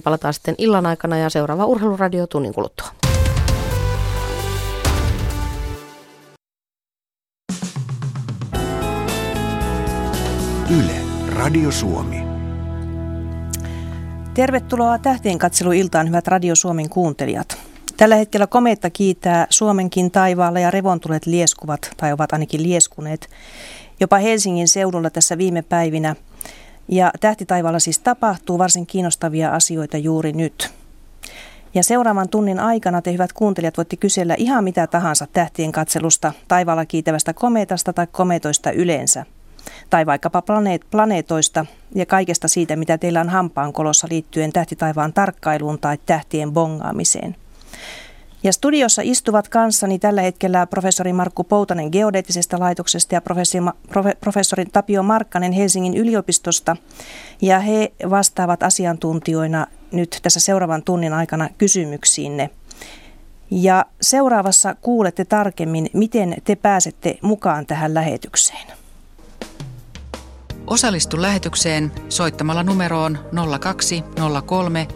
palataan sitten illan aikana ja seuraava Urheiluradio tunnin kuluttua. Yle, Radio Suomi. Tervetuloa Tähtien katseluiltaan, hyvät Radio Suomen kuuntelijat. Tällä hetkellä komeetta kiitää Suomenkin taivaalla ja revontulet lieskuvat, tai ovat ainakin lieskuneet, jopa Helsingin seudulla tässä viime päivinä. Ja tähtitaivaalla siis tapahtuu varsin kiinnostavia asioita juuri nyt. Ja seuraavan tunnin aikana te, hyvät kuuntelijat, voitte kysellä ihan mitä tahansa tähtien katselusta, taivaalla kiitävästä komeetasta tai komeetoista yleensä. Tai vaikkapa planeetoista ja kaikesta siitä, mitä teillä on hampaankolossa liittyen tähtitaivaan tarkkailuun tai tähtien bongaamiseen. Ja studiossa istuvat kanssani tällä hetkellä professori Markku Poutanen Geodeettisesta laitoksesta ja professori Tapio Markkanen Helsingin yliopistosta. Ja he vastaavat asiantuntijoina nyt tässä seuraavan tunnin aikana kysymyksiinne. Ja seuraavassa kuulette tarkemmin, miten te pääsette mukaan tähän lähetykseen. Osallistu lähetykseen soittamalla numeroon 0203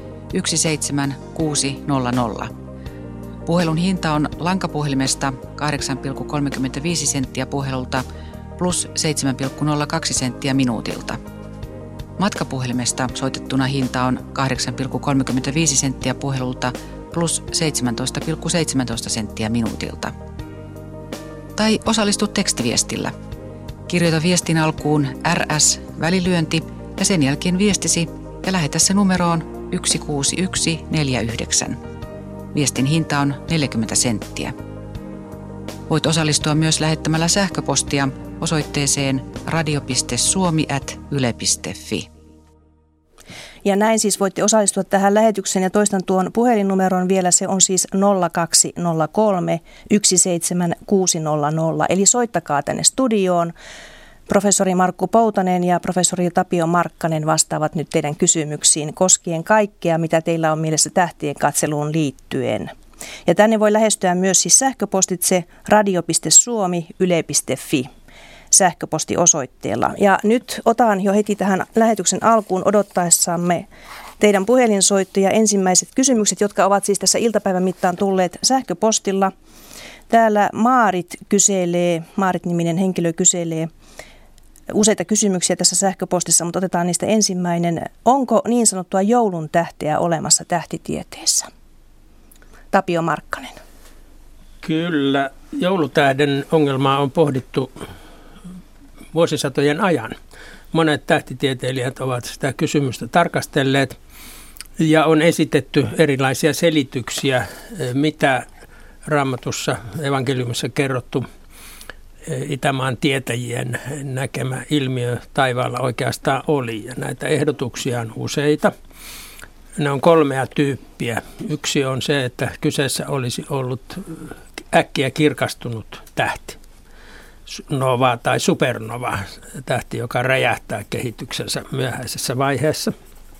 17600. Puhelun hinta on lankapuhelimesta 8,35 senttiä puhelulta plus 7,02 senttiä minuutilta. Matkapuhelimesta soitettuna hinta on 8,35 senttiä puhelulta plus 17,17 senttiä minuutilta. Tai osallistu tekstiviestillä. Kirjoita viestin alkuun RS välilyönti ja sen jälkeen viestisi ja lähetä se numeroon 16149. Viestin hinta on 40 senttiä. Voit osallistua myös lähettämällä sähköpostia osoitteeseen radio.suomi@yle.fi. Ja näin siis voitte osallistua tähän lähetykseen ja toistan tuon puhelinnumeron vielä, se on siis 0203 17600. Eli soittakaa tänne studioon. Professori Markku Poutanen ja professori Tapio Markkanen vastaavat nyt teidän kysymyksiin koskien kaikkea, mitä teillä on mielessä tähtien katseluun liittyen. Ja tänne voi lähestyä myös siis sähköpostitse radio.suomi@yle.fi sähköpostiosoitteella. Ja nyt otan jo heti tähän lähetyksen alkuun odottaessamme teidän puhelinsoittoja ensimmäiset kysymykset, jotka ovat siis tässä iltapäivän mittaan tulleet sähköpostilla. Täällä Maarit-niminen henkilö kyselee useita kysymyksiä tässä sähköpostissa, mutta otetaan niistä ensimmäinen. Onko niin sanottua joulun tähteä olemassa tähtitieteessä? Tapio Markkanen. Kyllä, joulutähden ongelmaa on pohdittu vuosisatojen ajan. Monet tähtitieteilijät ovat sitä kysymystä tarkastelleet ja on esitetty erilaisia selityksiä, mitä Raamatussa evankeliumissa kerrottu Itämaan tietäjien näkemä ilmiö taivaalla oikeastaan oli. Ja näitä ehdotuksia on useita. Ne on 3 tyyppiä. Yksi on se, että kyseessä olisi ollut äkkiä kirkastunut tähti. Nova tai supernova, tähti, joka räjähtää kehityksensä myöhäisessä vaiheessa.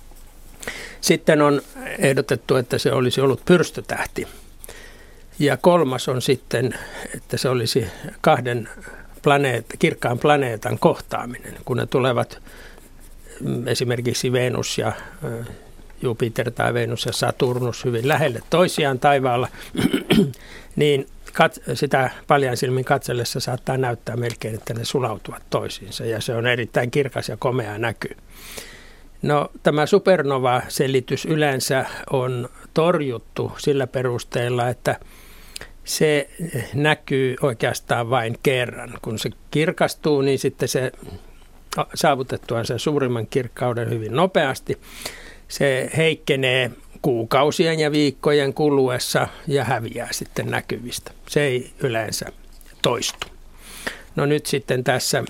Sitten on ehdotettu, että se olisi ollut pyrstötähti. Ja 3 on sitten, että se olisi 2 kirkkaan planeetan kohtaaminen, kun ne tulevat esimerkiksi Venus ja Jupiter tai Venus ja Saturnus hyvin lähelle toisiaan taivaalla, niin sitä paljain silmin katsellessa saattaa näyttää melkein, että ne sulautuvat toisiinsa ja se on erittäin kirkas ja komea näky. No, tämä supernova-selitys yleensä on torjuttu sillä perusteella, että se näkyy oikeastaan vain kerran. Kun se kirkastuu, niin sitten se saavutettuaan sen suurimman kirkkauden hyvin nopeasti, se heikkenee kuukausien ja viikkojen kuluessa ja häviää sitten näkyvistä. Se ei yleensä toistu. No nyt sitten tässä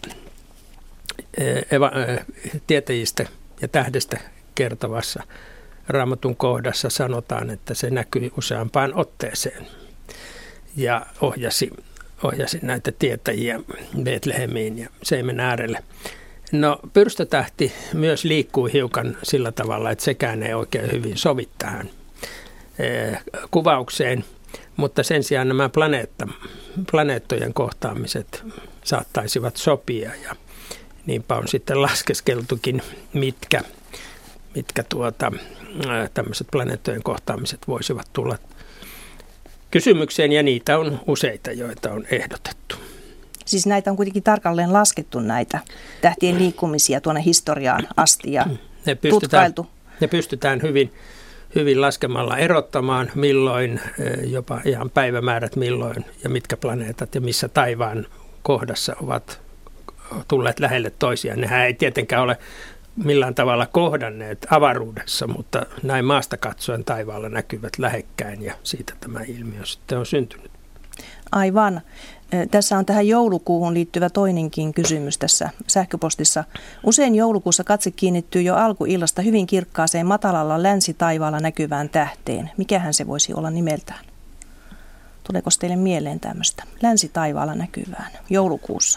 tietäjistä ja tähdestä kertovassa Raamatun kohdassa sanotaan, että se näkyi useampaan otteeseen ja ohjasi näitä tietäjiä Betlehemiin ja Seimen äärelle. No, pyrstötähti myös liikkuu hiukan sillä tavalla, että sekään ei oikein hyvin sovi tähän kuvaukseen, mutta sen sijaan nämä planeettojen kohtaamiset saattaisivat sopia ja niinpä on sitten laskeskeltukin, mitkä tämmöiset planeettojen kohtaamiset voisivat tulla kysymykseen, ja niitä on useita, joita on ehdotettu. Siis näitä on kuitenkin tarkalleen laskettu, näitä tähtien liikkumisia tuonne historiaan asti ja tutkailtu. Ne pystytään hyvin laskemalla erottamaan, milloin, jopa ihan päivämäärät milloin ja mitkä planeetat ja missä taivaan kohdassa ovat tulleet lähelle toisiaan. Nehän ei tietenkään ole millään tavalla kohdanneet avaruudessa, mutta näin maasta katsoen taivaalla näkyvät lähekkäin ja siitä tämä ilmiö sitten on syntynyt. Aivan. Tässä on tähän joulukuuhun liittyvä toinenkin kysymys tässä sähköpostissa. Usein joulukuussa katse kiinnittyy jo alkuillasta hyvin kirkkaaseen matalalla länsitaivaalla näkyvään tähteen. Mikähän se voisi olla nimeltään? Tuleeko teille mieleen tämmöistä länsitaivaalla näkyvään joulukuussa?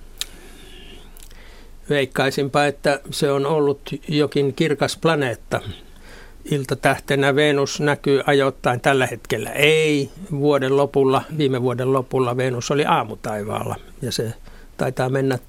Veikkaisinpa, että se on ollut jokin kirkas planeetta. Iltatähtenä Venus näkyy ajoittain, tällä hetkellä ei. Viime vuoden lopulla Venus oli aamutaivaalla ja se taitaa mennä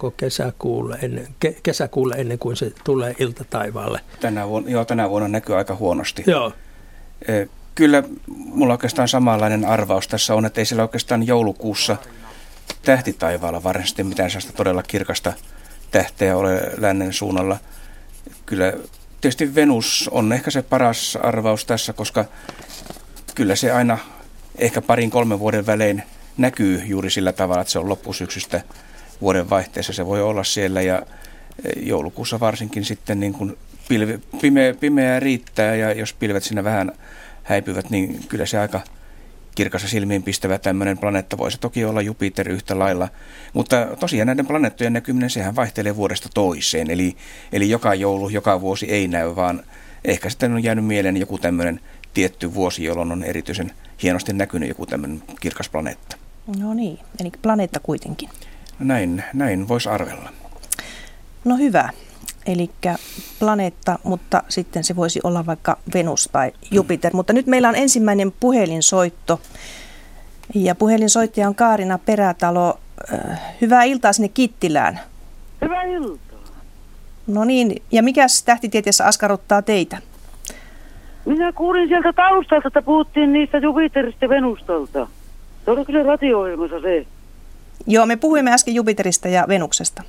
kesäkuulle ennen kuin se tulee iltataivaalle. Tänä vuonna näkyy aika huonosti. Joo. Kyllä mulla oikeastaan samanlainen arvaus tässä on, että ei siellä oikeastaan joulukuussa tähtitaivaalla varsinaisesti mitään sellaista todella kirkasta tähteä ole lännen suunnalla. Kyllä tietysti Venus on ehkä se paras arvaus tässä, koska kyllä se aina ehkä 2-3 vuoden välein näkyy juuri sillä tavalla, että se on loppusyksystä vuoden vaihteessa. Se voi olla siellä ja joulukuussa varsinkin sitten niin kuin pimeää riittää ja jos pilvet siinä vähän häipyvät, niin kyllä se aika kirkas ja silmiin pistävä tämmöinen planeetta voisi toki olla Jupiter yhtä lailla. Mutta tosiaan näiden planeettojen näkyminen, sehän vaihtelee vuodesta toiseen. Eli joka joulu, joka vuosi ei näy, vaan ehkä sitten on jäänyt mieleen joku tämmöinen tietty vuosi, jolloin on erityisen hienosti näkynyt joku tämmöinen kirkas planeetta. No niin, eli planeetta kuitenkin. Näin voisi arvella. No hyvä. Eli planeetta, mutta sitten se voisi olla vaikka Venus tai Jupiter. Mutta nyt meillä on ensimmäinen puhelinsoitto. Ja puhelinsoittaja on Kaarina Perätalo. Hyvää iltaa sinne Kittilään. Hyvää iltaa. No niin, ja mikäs tähtitieteessä askarruttaa teitä? Minä kuulin sieltä taustalta, että puhuttiin niistä Jupiterista ja Venustalta. Se oli kyllä radio-ohjelmassa se. Joo, me puhuimme äsken Jupiterista ja Venuksesta.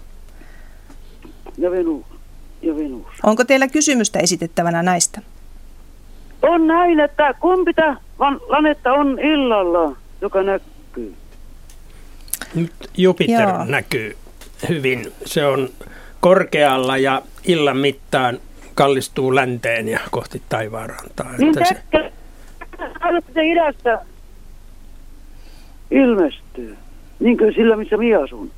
Ja Venus. Onko teillä kysymystä esitettävänä näistä? On näin, että kumpi planeetta on illalla, joka näkyy? Nyt Jupiter näkyy hyvin. Se on korkealla ja illan mittaan kallistuu länteen ja kohti taivaanrantaa. Niin se idästä ilmestyy, niin kuin sillä missä minä asun.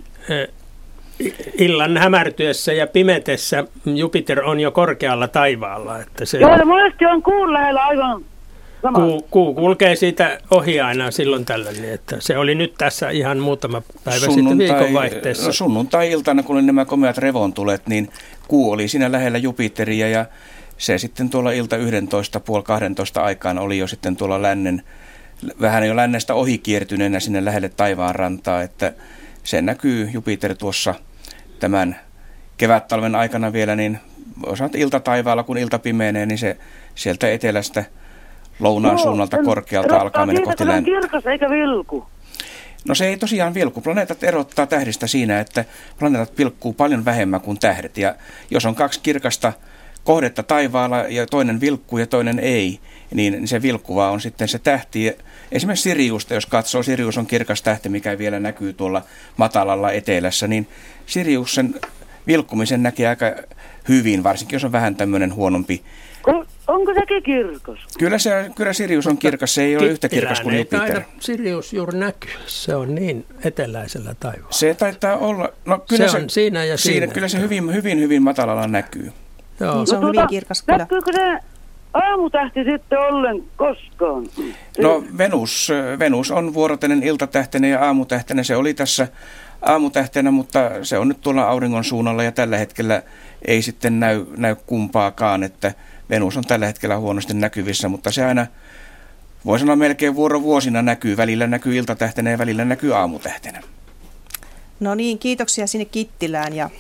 Illan hämärtyessä ja pimetessä Jupiter on jo korkealla taivaalla. Että se joo, monesti on kuun lähellä aivan sama. Kuu kulkee siitä ohi aina silloin tällöin, että se oli nyt tässä ihan muutama päivä sitten viikonvaihteessa. Sunnuntai-iltana, kun oli nämä komeat revontulet, niin kuu oli siinä lähellä Jupiteria ja se sitten tuolla ilta 11:30 aikaan oli jo sitten tuolla vähän jo lännestä ohikiertyneenä sinne lähelle taivaanrantaa, että se näkyy Jupiter tuossa tämän kevättalven aikana vielä, niin osaat iltataivaalla, kun ilta pimeenee, niin se sieltä etelästä lounaan suunnalta korkealta alkaa mennä kohti länttä. Se on kirkas eikä vilku. No se ei tosiaan vilku. Planeetat erottaa tähdistä siinä, että planeetat vilkkuu paljon vähemmän kuin tähdet. Ja jos on 2 kirkasta kohdetta taivaalla ja toinen vilkkuu ja toinen ei, niin se vilkkuva on sitten se tähti. Esimerkiksi Siriusta, jos katsoo, Sirius on kirkas tähti, mikä vielä näkyy tuolla matalalla etelässä, niin Siriuksen vilkkumisen näkee aika hyvin, varsinkin jos on vähän tämmöinen huonompi. Onko sekin kirkas? Kyllä Sirius on kirkas, se ei ole yhtä kirkas kuin Jupiter. Sirius juuri näkyy, se on niin eteläisellä taivaalla. Se taitaa olla, no kyllä se on siinä ja siinä. Kyllä se hyvin matalalla näkyy. Joo. Niin, se on hyvin kirkas kyllä. Näkyykö se aamutähti sitten ollen koskaan? No Venus on vuorotellen iltatähtenä ja aamutähtenä. Se oli tässä aamutähtenä, mutta se on nyt tuolla auringon suunnalla ja tällä hetkellä ei sitten näy kumpaakaan, että Venus on tällä hetkellä huonosti näkyvissä, mutta se aina, voi sanoa melkein vuorovuosina näkyy. Välillä näkyy iltatähtenä ja välillä näkyy aamutähtenä. No niin, kiitoksia sinne Kittilään ja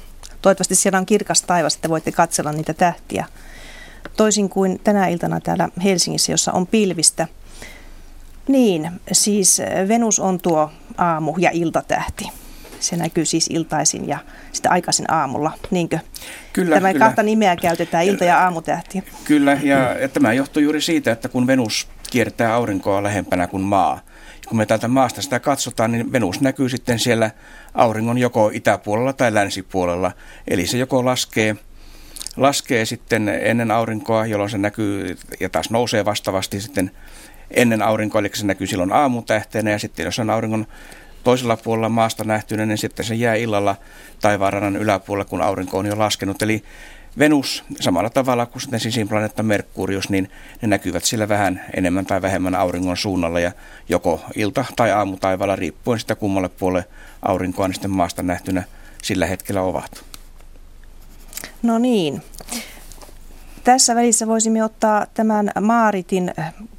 Toivottavasti siellä on kirkas taivas, että voitte katsella niitä tähtiä. Toisin kuin tänä iltana täällä Helsingissä, jossa on pilvistä. Niin, siis Venus on tuo aamu- ja iltatähti. Se näkyy siis iltaisin ja sitten aikaisin aamulla, niinkö? Kyllä. Kahta nimeä käytetään, ilta- ja aamutähti. Kyllä, ja tämä johtuu juuri siitä, että kun Venus kiertää aurinkoa lähempänä kuin maa, kun me täältä maasta sitä katsotaan, niin Venus näkyy sitten siellä auringon joko itäpuolella tai länsipuolella. Eli se joko laskee sitten ennen aurinkoa, jolloin se näkyy ja taas nousee vastaavasti sitten ennen aurinkoa, eli se näkyy silloin aamutähteenä, ja sitten jos on auringon toisella puolella maasta nähtynä, niin sitten se jää illalla taivaanrannan yläpuolella, kun aurinko on jo laskenut. Eli Venus samalla tavalla kuin sitten sisinplaneetta Merkurius, niin ne näkyvät siellä vähän enemmän tai vähemmän auringon suunnalla, ja joko ilta- tai aamutaivaalla riippuen sitä kummalle puolelle aurinkoa niin sitten maasta nähtynä sillä hetkellä ovat. No niin. Tässä välissä voisimme ottaa tämän Maaritin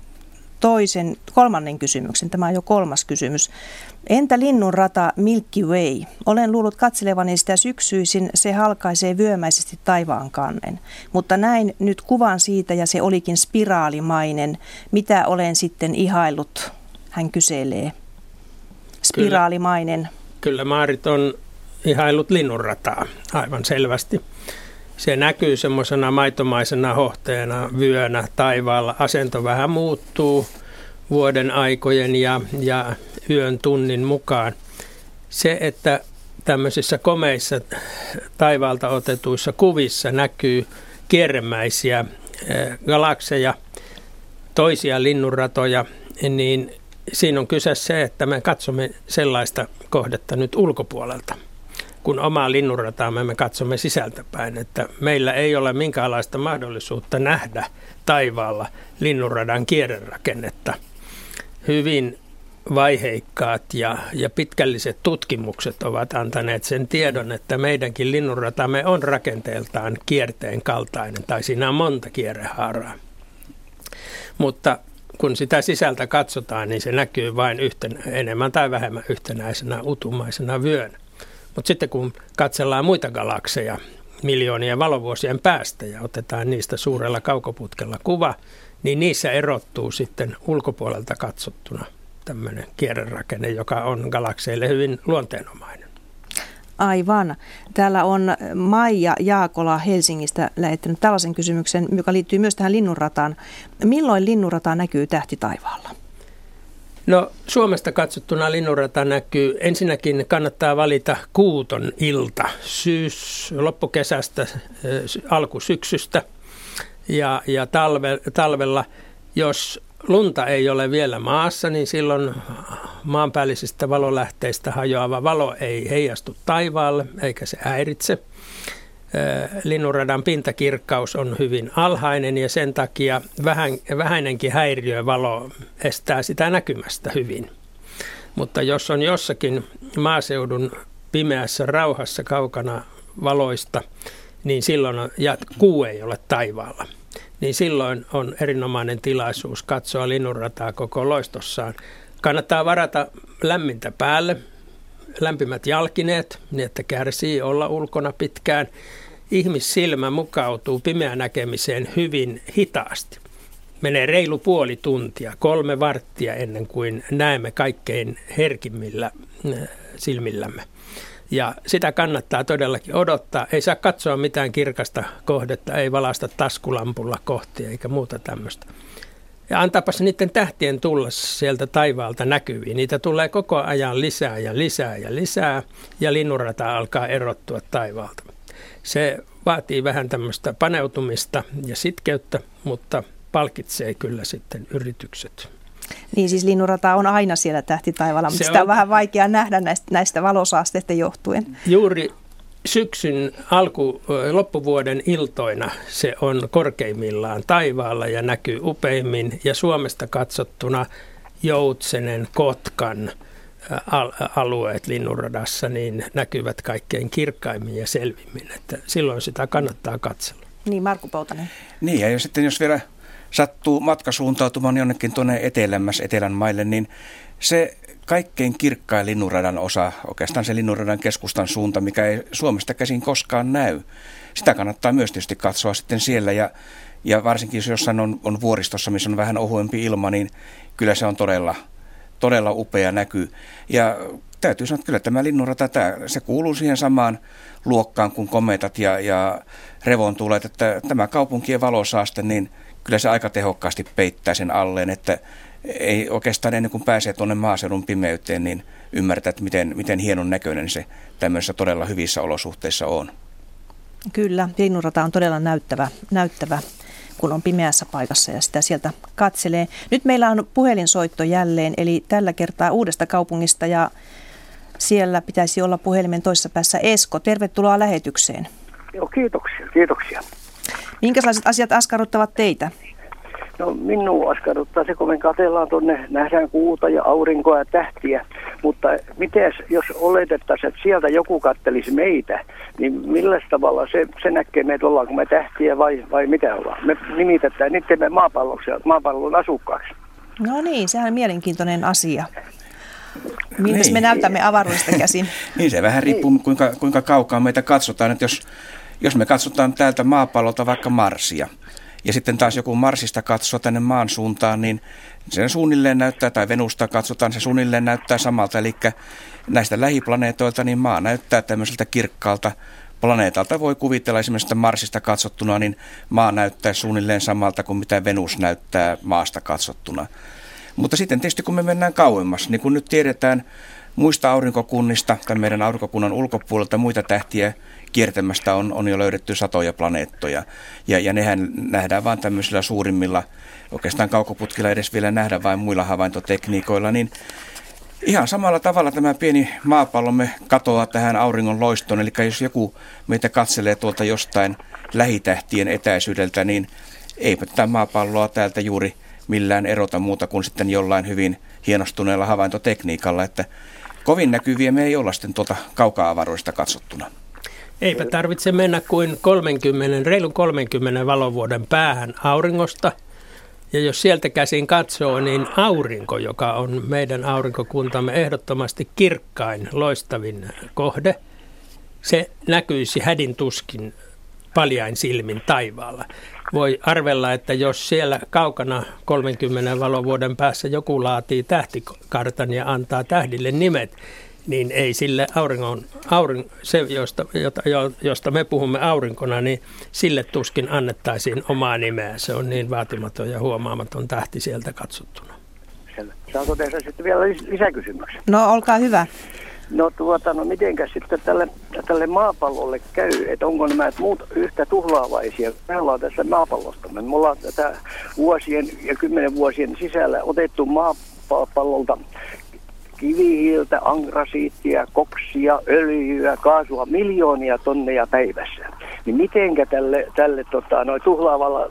kolmannen kysymyksen. Tämä on jo 3. kysymys. Entä linnunrata Milky Way? Olen luullut katselevani sitä syksyisin, se halkaisee vyömäisesti taivaan kannen. Mutta näin nyt kuvan siitä ja se olikin spiraalimainen. Mitä olen sitten ihaillut? Hän kyselee. Spiraalimainen. Kyllä Maarit on ihaillut linnunrataa aivan selvästi. Se näkyy semmoisena maitomaisena hohteena vyönä taivaalla. Asento vähän muuttuu vuoden aikojen ja yön tunnin mukaan. Se, että tämmöisissä komeissa taivaalta otetuissa kuvissa näkyy kierremäisiä galakseja, toisia linnunratoja, niin siinä on kyse se, että me katsomme sellaista kohdetta nyt ulkopuolelta. Kun omaa linnunrataamme me katsomme sisältäpäin, että meillä ei ole minkäänlaista mahdollisuutta nähdä taivaalla linnunradan kierrerakennetta. Hyvin vaiheikkaat ja pitkälliset tutkimukset ovat antaneet sen tiedon, että meidänkin linnunratamme on rakenteeltaan kierteen kaltainen, tai siinä on monta kierrehaaraa. Mutta kun sitä sisältä katsotaan, niin se näkyy vain enemmän tai vähemmän yhtenäisenä utumaisena vyönä. Mutta sitten kun katsellaan muita galakseja miljoonien valovuosien päästä ja otetaan niistä suurella kaukoputkella kuva, niin niissä erottuu sitten ulkopuolelta katsottuna tämmöinen kierrerakenne, joka on galakseille hyvin luonteenomainen. Aivan. Täällä on Maija Jaakola Helsingistä lähettänyt tällaisen kysymyksen, joka liittyy myös tähän linnunrataan. Milloin linnunrata näkyy tähtitaivaalla? No Suomesta katsottuna linnunrata näkyy. Ensinnäkin kannattaa valita kuuton ilta loppukesästä, alkusyksystä ja talvella. Jos lunta ei ole vielä maassa, niin silloin maanpäällisistä valolähteistä hajoava valo ei heijastu taivaalle eikä se häiritse. Linnunradan pintakirkkaus on hyvin alhainen ja sen takia vähäinenkin häiriövalo estää sitä näkymästä hyvin. Mutta jos on jossakin maaseudun pimeässä rauhassa kaukana valoista, niin silloin kuu ei ole taivaalla. Niin silloin on erinomainen tilaisuus katsoa linnunrataa koko loistossaan. Kannattaa varata lämmintä päälle, lämpimät jalkineet, niin että kärsii olla ulkona pitkään. Ihmissilmä mukautuu pimeän näkemiseen hyvin hitaasti. Menee reilu puoli tuntia, 3 varttia ennen kuin näemme kaikkein herkimmillä silmillämme. Ja sitä kannattaa todellakin odottaa. Ei saa katsoa mitään kirkasta kohdetta, ei valaista taskulampulla kohti eikä muuta tämmöistä. Ja antaapas niiden tähtien tulla sieltä taivaalta näkyviin. Niitä tulee koko ajan lisää ja lisää ja lisää ja linnunrata alkaa erottua taivaalta. Se vaatii vähän tämmöistä paneutumista ja sitkeyttä, mutta palkitsee kyllä sitten yritykset. Niin siis linnunrata on aina siellä tähtitaivaalla, mutta sitä on vähän vaikea nähdä näistä valosaasteista johtuen. Juuri syksyn loppuvuoden iltoina se on korkeimmillaan taivaalla ja näkyy upeimmin ja Suomesta katsottuna Joutsenen, Kotkan alueet linnunradassa niin näkyvät kaikkein kirkkaimmin ja selvimmin, että silloin sitä kannattaa katsella. Niin, Markku Poutanen. Niin, ja sitten jos vielä sattuu matka suuntautumaan jonnekin tuonne etelän maille, niin se kaikkein kirkkain linnunradan osa, oikeastaan se linnunradan keskustan suunta, mikä ei Suomesta käsin koskaan näy. Sitä kannattaa myös tietysti katsoa sitten siellä ja varsinkin jos jossain on vuoristossa, missä on vähän ohuempi ilma, niin kyllä se on todella upea näky. Ja täytyy sanoa, että kyllä tämä linnunrata, se kuuluu siihen samaan luokkaan kuin kometat ja revontulet, että tämä kaupunkien valosaaste, niin kyllä se aika tehokkaasti peittää sen alleen, että ei oikeastaan ennen kuin pääsee tuonne maaseudun pimeyteen, niin ymmärtää, että miten hienon näköinen se tämmöisissä todella hyvissä olosuhteissa on. Kyllä, linnunrata on todella näyttävä, kun on pimeässä paikassa ja sitä sieltä katselee. Nyt meillä on puhelinsoitto jälleen, eli tällä kertaa Uudesta Kaupungista ja siellä pitäisi olla puhelimen toisessa päässä Esko. Tervetuloa lähetykseen. Joo, kiitoksia. Minkälaiset asiat askarruttavat teitä? No minua askarruttaa se, kun me katsellaan tuonne, nähdään kuuta ja aurinkoa ja tähtiä, mutta mites jos oletettaisiin, että sieltä joku kattelisi meitä, niin millä tavalla se näkee meitä, ollaanko me tähtiä vai mitä ollaan? Me nimitetään niiden maapallon asukkaaksi. No niin, sehän on mielenkiintoinen asia. Miltä me näytämme avaruudesta käsin? Niin, se vähän riippuu, kuinka kaukaa meitä katsotaan. Että jos me katsotaan täältä maapallolta vaikka Marsia, ja sitten taas joku Marsista katsoo tänne maan suuntaan, niin se suunnilleen näyttää, tai Venusta katsotaan, se suunnilleen näyttää samalta. Eli näistä lähiplaneetoilta niin maa näyttää tämmöiseltä kirkkaalta planeetalta. Voi kuvitella esimerkiksi Marsista katsottuna, niin maa näyttää suunnilleen samalta kuin mitä Venus näyttää maasta katsottuna. Mutta sitten tietysti kun me mennään kauemmas, niin kun nyt tiedetään muista aurinkokunnista tai meidän aurinkokunnan ulkopuolelta muita tähtiä kiertämästä on jo löydetty satoja planeettoja. Ja nehän nähdään vain tämmöisillä suurimmilla, oikeastaan kaukoputkilla edes vielä nähdään vain muilla havaintotekniikoilla, niin ihan samalla tavalla tämä pieni maapallomme katoaa tähän auringon loistoon. Eli jos joku meitä katselee tuolta jostain lähitähtien etäisyydeltä, niin eipä tätä maapalloa täältä juuri millään erota muuta kuin sitten jollain hyvin hienostuneella havaintotekniikalla, että kovin näkyviä me ei olla sitten tuolta kaukaa avaruudesta katsottuna. Eipä tarvitse mennä kuin reilun 30 valovuoden päähän auringosta. Ja jos sieltä käsin katsoo, niin aurinko, joka on meidän aurinkokuntamme ehdottomasti kirkkain, loistavin kohde, se näkyisi hädin tuskin paljain silmin taivaalla. Voi arvella, että jos siellä kaukana 30 valovuoden päässä joku laatii tähtikartan ja antaa tähdille nimet, niin ei sille se, josta me puhumme aurinkona, niin sille tuskin annettaisiin omaa nimeä. Se on niin vaatimaton ja huomaamaton tähti sieltä katsottuna. Saanko tehdä sitten vielä lisäkysymyksen? No, olkaa hyvä. No mitenkäs sitten tälle maapallolle käy, että onko nämä muut yhtä tuhlaavaisia? Me ollaan tässä maapallostamme. Me ollaan tätä vuosien ja 10 vuosien sisällä otettu maapallolta kivihiiltä, angrasiittia, koksia, öljyä, kaasua, miljoonia tonneja päivässä. Niin mitenkä tälle tuhlaavalla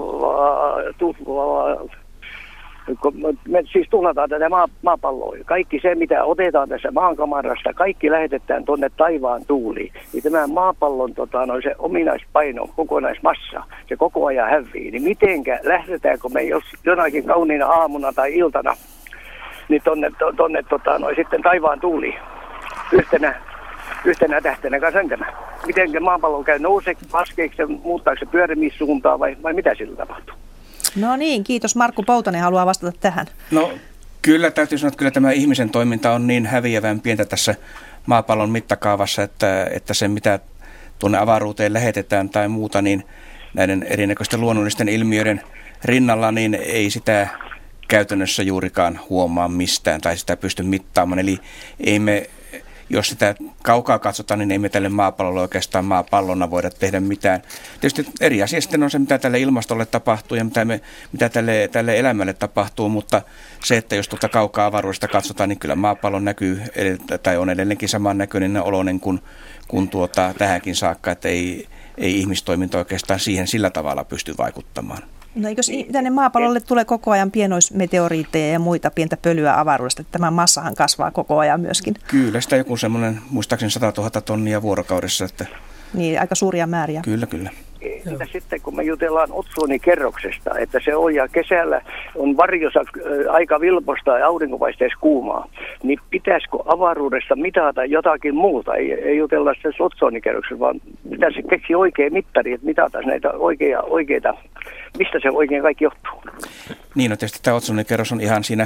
me siis tuhlataan tätä maapalloa. Kaikki se, mitä otetaan tässä maankamarasta, kaikki lähetetään tuonne taivaan tuuliin. Niin tämä maapallon se ominaispaino, kokonaismassa, se koko ajan hävii. Niin mitenkä lähdetäänkö me jonakin kauniina aamuna tai iltana niin tonne sitten taivaan tuuliin yhtenä tähtenä kanssa lentämään? Mitenkä maapallo käy, nouseeko, laskeeko se, muuttaako se pyörimissuuntaa vai mitä sillä tapahtuu? No niin, kiitos. Markku Poutanen haluaa vastata tähän. No kyllä, täytyy sanoa, että kyllä tämä ihmisen toiminta on niin häviävän pientä tässä maapallon mittakaavassa, että se mitä tuonne avaruuteen lähetetään tai muuta, niin näiden erinäköisten luonnollisten ilmiöiden rinnalla, niin ei sitä käytännössä juurikaan huomaa mistään tai sitä pysty mittaamaan. Eli ei me, jos sitä kaukaa katsotaan, niin ei me tälle maapallolle oikeastaan maapallona voida tehdä mitään. Tietysti eri asia sitten on se, mitä tälle ilmastolle tapahtuu ja mitä tälle elämälle tapahtuu, mutta se, että jos tuota kaukaa avaruudesta katsotaan, niin kyllä maapallo näkyy tai on edelleenkin saman näköinen oloinen kuin tähänkin saakka, että ei ihmistoiminta oikeastaan siihen sillä tavalla pysty vaikuttamaan. No eikös tänne maapallolle tulee koko ajan pienoismeteoriitteja ja muita pientä pölyä avaruudesta, että tämä massahan kasvaa koko ajan myöskin? Kyllä, sitä joku semmoinen, muistaakseni 100 000 tonnia vuorokaudessa. Että niin, aika suuria määriä. Kyllä. entä sitten kun me jutellaan otsonikerroksesta, että se on ja kesällä on varjossa aika vilposta ja aurinkovaisteessa kuumaa, niin pitäisikö avaruudessa mitata jotakin muuta? Ei jutella se otsonikerroksesta, vaan pitäisi keksiä oikea mittari, että mitata näitä oikeita, mistä se oikein kaikki johtuu. Niin, no tietysti tämä otsonikerros on ihan siinä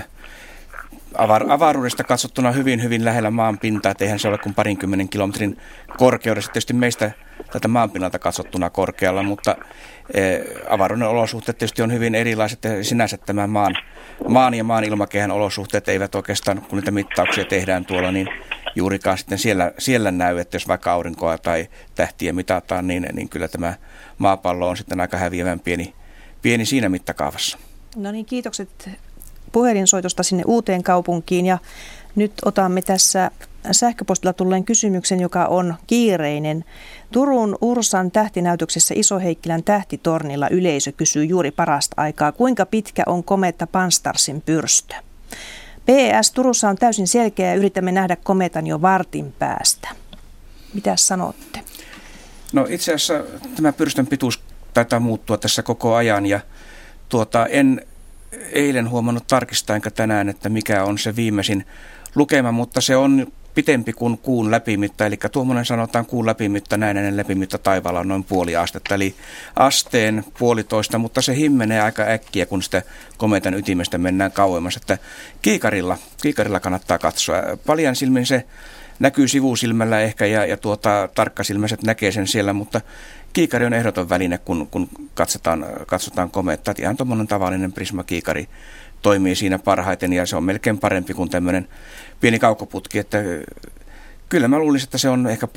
avaruudesta katsottuna hyvin, hyvin lähellä maan pintaa, että eihän se ole kuin 20 kilometrin korkeudessa. Tietysti meistä tätä maanpinnalta katsottuna korkealla, mutta avaruuden olosuhteet tietysti on hyvin erilaiset ja sinänsä tämä maan ja maan ilmakehän olosuhteet eivät oikeastaan, kun niitä mittauksia tehdään tuolla, niin juurikaan sitten siellä näy, että jos vaikka aurinkoa tai tähtiä mitataan, niin kyllä tämä maapallo on sitten aika häviävän pieni siinä mittakaavassa. No niin, kiitokset puhelinsoitosta sinne Uuteenkaupunkiin ja nyt otamme tässä sähköpostilla tulleen kysymyksen, joka on kiireinen. Turun Ursan tähtinäytöksessä Iso-Heikkilän tähtitornilla yleisö kysyy juuri parasta aikaa, kuinka pitkä on kometta Pan-STARRSin pyrstö. PS, Turussa on täysin selkeä ja yritämme nähdä kometan jo vartin päästä. Mitäs sanotte? No itse asiassa tämä pyrstön pituus taitaa muuttua tässä koko ajan ja en eilen huomannut tarkistaa enkä tänään, että mikä on se viimeisin lukema, mutta se on pitempi kuin kuun läpimitta, eli tuommoinen sanotaan kuun läpimitta, näinen läpimitta taivaalla on noin 0,5 astetta, eli 1,5 asteen, mutta se himmenee aika äkkiä, kun sitä kometan ytimestä mennään kauemmas, että kiikarilla kannattaa katsoa. Paljan silmin se näkyy sivusilmällä ehkä ja tarkkasilmäiset näkee sen siellä, mutta kiikari on ehdoton väline, kun katsotaan komettaa. Ihan tuommoinen tavallinen prismakiikari toimii siinä parhaiten ja se on melkein parempi kuin tämmöinen pieni kaukoputki. Että kyllä mä luulisin, että se on ehkä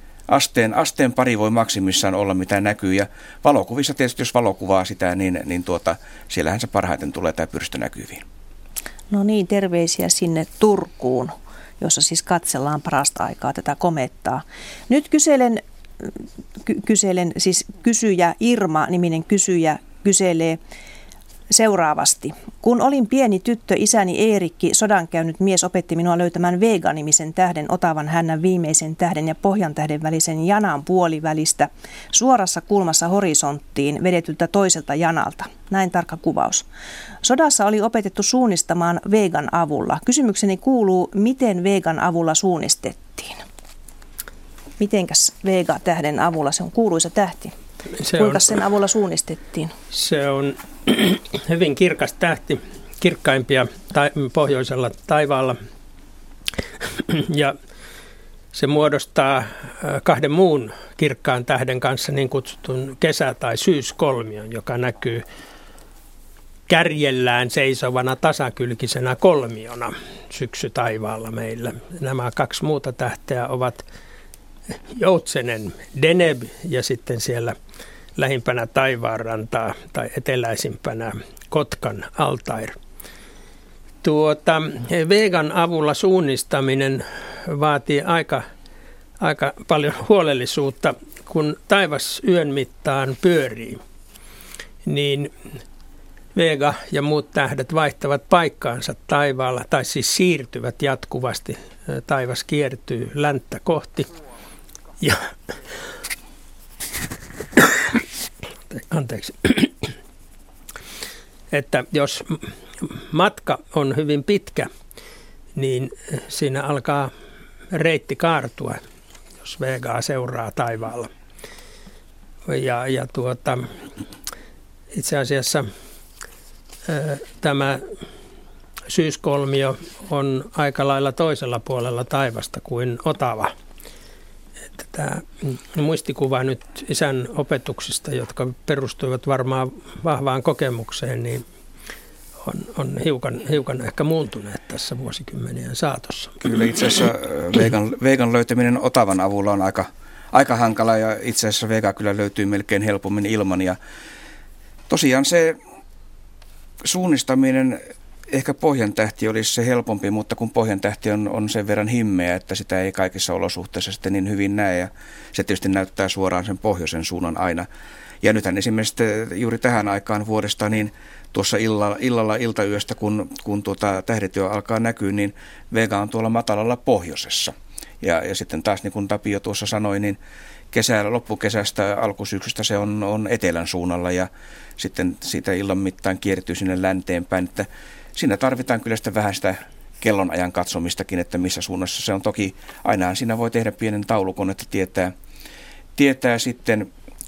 asteen pari voi maksimissaan olla mitä näkyy. Ja valokuvissa tietysti, jos valokuvaa sitä, niin siellähän se parhaiten tulee tämä pyrstö näkyviin. No niin, terveisiä sinne Turkuun, jossa siis katsellaan parasta aikaa tätä komettaa. Nyt kyselen, siis kysyjä Irma-niminen kysyjä kyselee seuraavasti. Kun olin pieni tyttö, isäni Eerikki, sodankäynyt mies, opetti minua löytämään Vega-nimisen tähden, Otavan hännän viimeisen tähden ja Pohjan tähden välisen janan puolivälistä suorassa kulmassa horisonttiin vedetyltä toiselta janalta. Näin tarkka kuvaus. Sodassa oli opetettu suunnistamaan Vegan avulla. Kysymykseni kuuluu, miten Vegan avulla suunnistettiin? Mitenkäs Vega-tähden avulla? Se on kuuluisa tähti. Kuinka sen avulla suunnistettiin? Se on hyvin kirkas tähti, kirkkaimpia pohjoisella taivaalla. Ja se muodostaa 2 muun kirkkaan tähden kanssa niin kutsutun kesä- tai syyskolmion, joka näkyy kärjellään seisovana tasakylkisenä kolmiona syksytaivaalla meillä. Nämä 2 muuta tähteä ovat Joutsenen Deneb ja sitten siellä lähimpänä taivaanrantaa tai eteläisimpänä Kotkan Altair. Vegan avulla suunnistaminen vaatii aika paljon huolellisuutta. Kun taivas yön mittaan pyörii, niin Vega ja muut tähdet vaihtavat paikkaansa taivaalla, tai siis siirtyvät jatkuvasti. Taivas kiertyy länttä kohti. Ja anteeksi. Että jos matka on hyvin pitkä, niin siinä alkaa reitti kaartua, jos Vegaa seuraa taivaalla. Ja itse asiassa tämä syyskolmio on aika lailla toisella puolella taivasta kuin Otava. Tämä muistikuva nyt isän opetuksista, jotka perustuivat varmaan vahvaan kokemukseen, niin on hiukan ehkä muuntuneet tässä vuosikymmenien saatossa. Kyllä itse asiassa Vegan löytäminen Otavan avulla on aika hankala ja itse asiassa Vega kyllä löytyy melkein helpommin ilman. Ja tosiaan se suunnistaminen, ehkä Pohjantähti olisi se helpompi, mutta kun Pohjantähti on sen verran himmeä, että sitä ei kaikissa olosuhteissa sitten niin hyvin näe ja se tietysti näyttää suoraan sen pohjoisen suunnan aina. Ja nythän esimerkiksi juuri tähän aikaan vuodesta, niin tuossa iltayöstä, kun tähdityö alkaa näkyä, niin Vega on tuolla matalalla pohjoisessa. Ja sitten taas niin kuin Tapio tuossa sanoi, niin loppukesästä, alkusyksystä se on etelän suunnalla ja sitten siitä illan mittaan kiertyy sinne länteen päin. Että siinä tarvitaan kyllä sitä vähän sitä kellonajan katsomistakin, että missä suunnassa se on. Toki ainahan siinä voi tehdä pienen taulukon, että tietää sitten,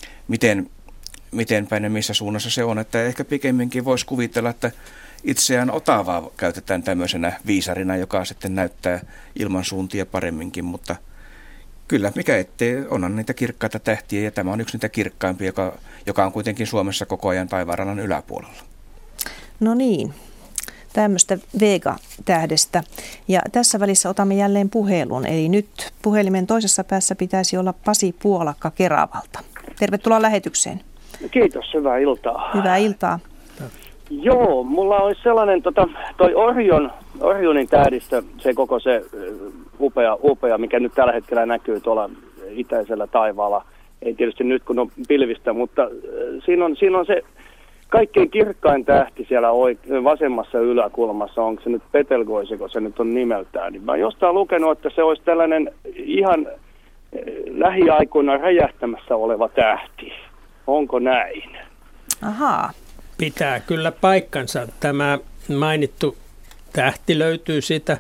miten päin ja missä suunnassa se on. Että ehkä pikemminkin voisi kuvitella, että itseään Otavaa käytetään tämmöisenä viisarina, joka sitten näyttää ilmansuuntia paremminkin, mutta kyllä, mikä ettei, onhan niitä kirkkaita tähtiä ja tämä on yksi niitä kirkkaimpia, joka on kuitenkin Suomessa koko ajan taivaanrannan yläpuolella. No niin, tämmöistä Vega-tähdestä. Ja tässä välissä otamme jälleen puhelun, eli nyt puhelimen toisessa päässä pitäisi olla Pasi Puolakka Keravalta. Tervetuloa lähetykseen. Kiitos, hyvää iltaa. Hyvää iltaa. Joo, mulla olisi sellainen, toi Orionin tähdistö, se koko se upea, mikä nyt tällä hetkellä näkyy tuolla itäisellä taivaalla. Ei tietysti nyt kun on pilvistä, mutta siinä on se kaikkein kirkkain tähti siellä vasemmassa yläkulmassa. Onko se nyt Betelgeuse, kun se nyt on nimeltään. Niin mä oon jostain lukenut, että se olisi tällainen ihan lähiaikoina räjähtämässä oleva tähti. Onko näin? Ahaa. Pitää kyllä paikkansa. Tämä mainittu tähti löytyy siitä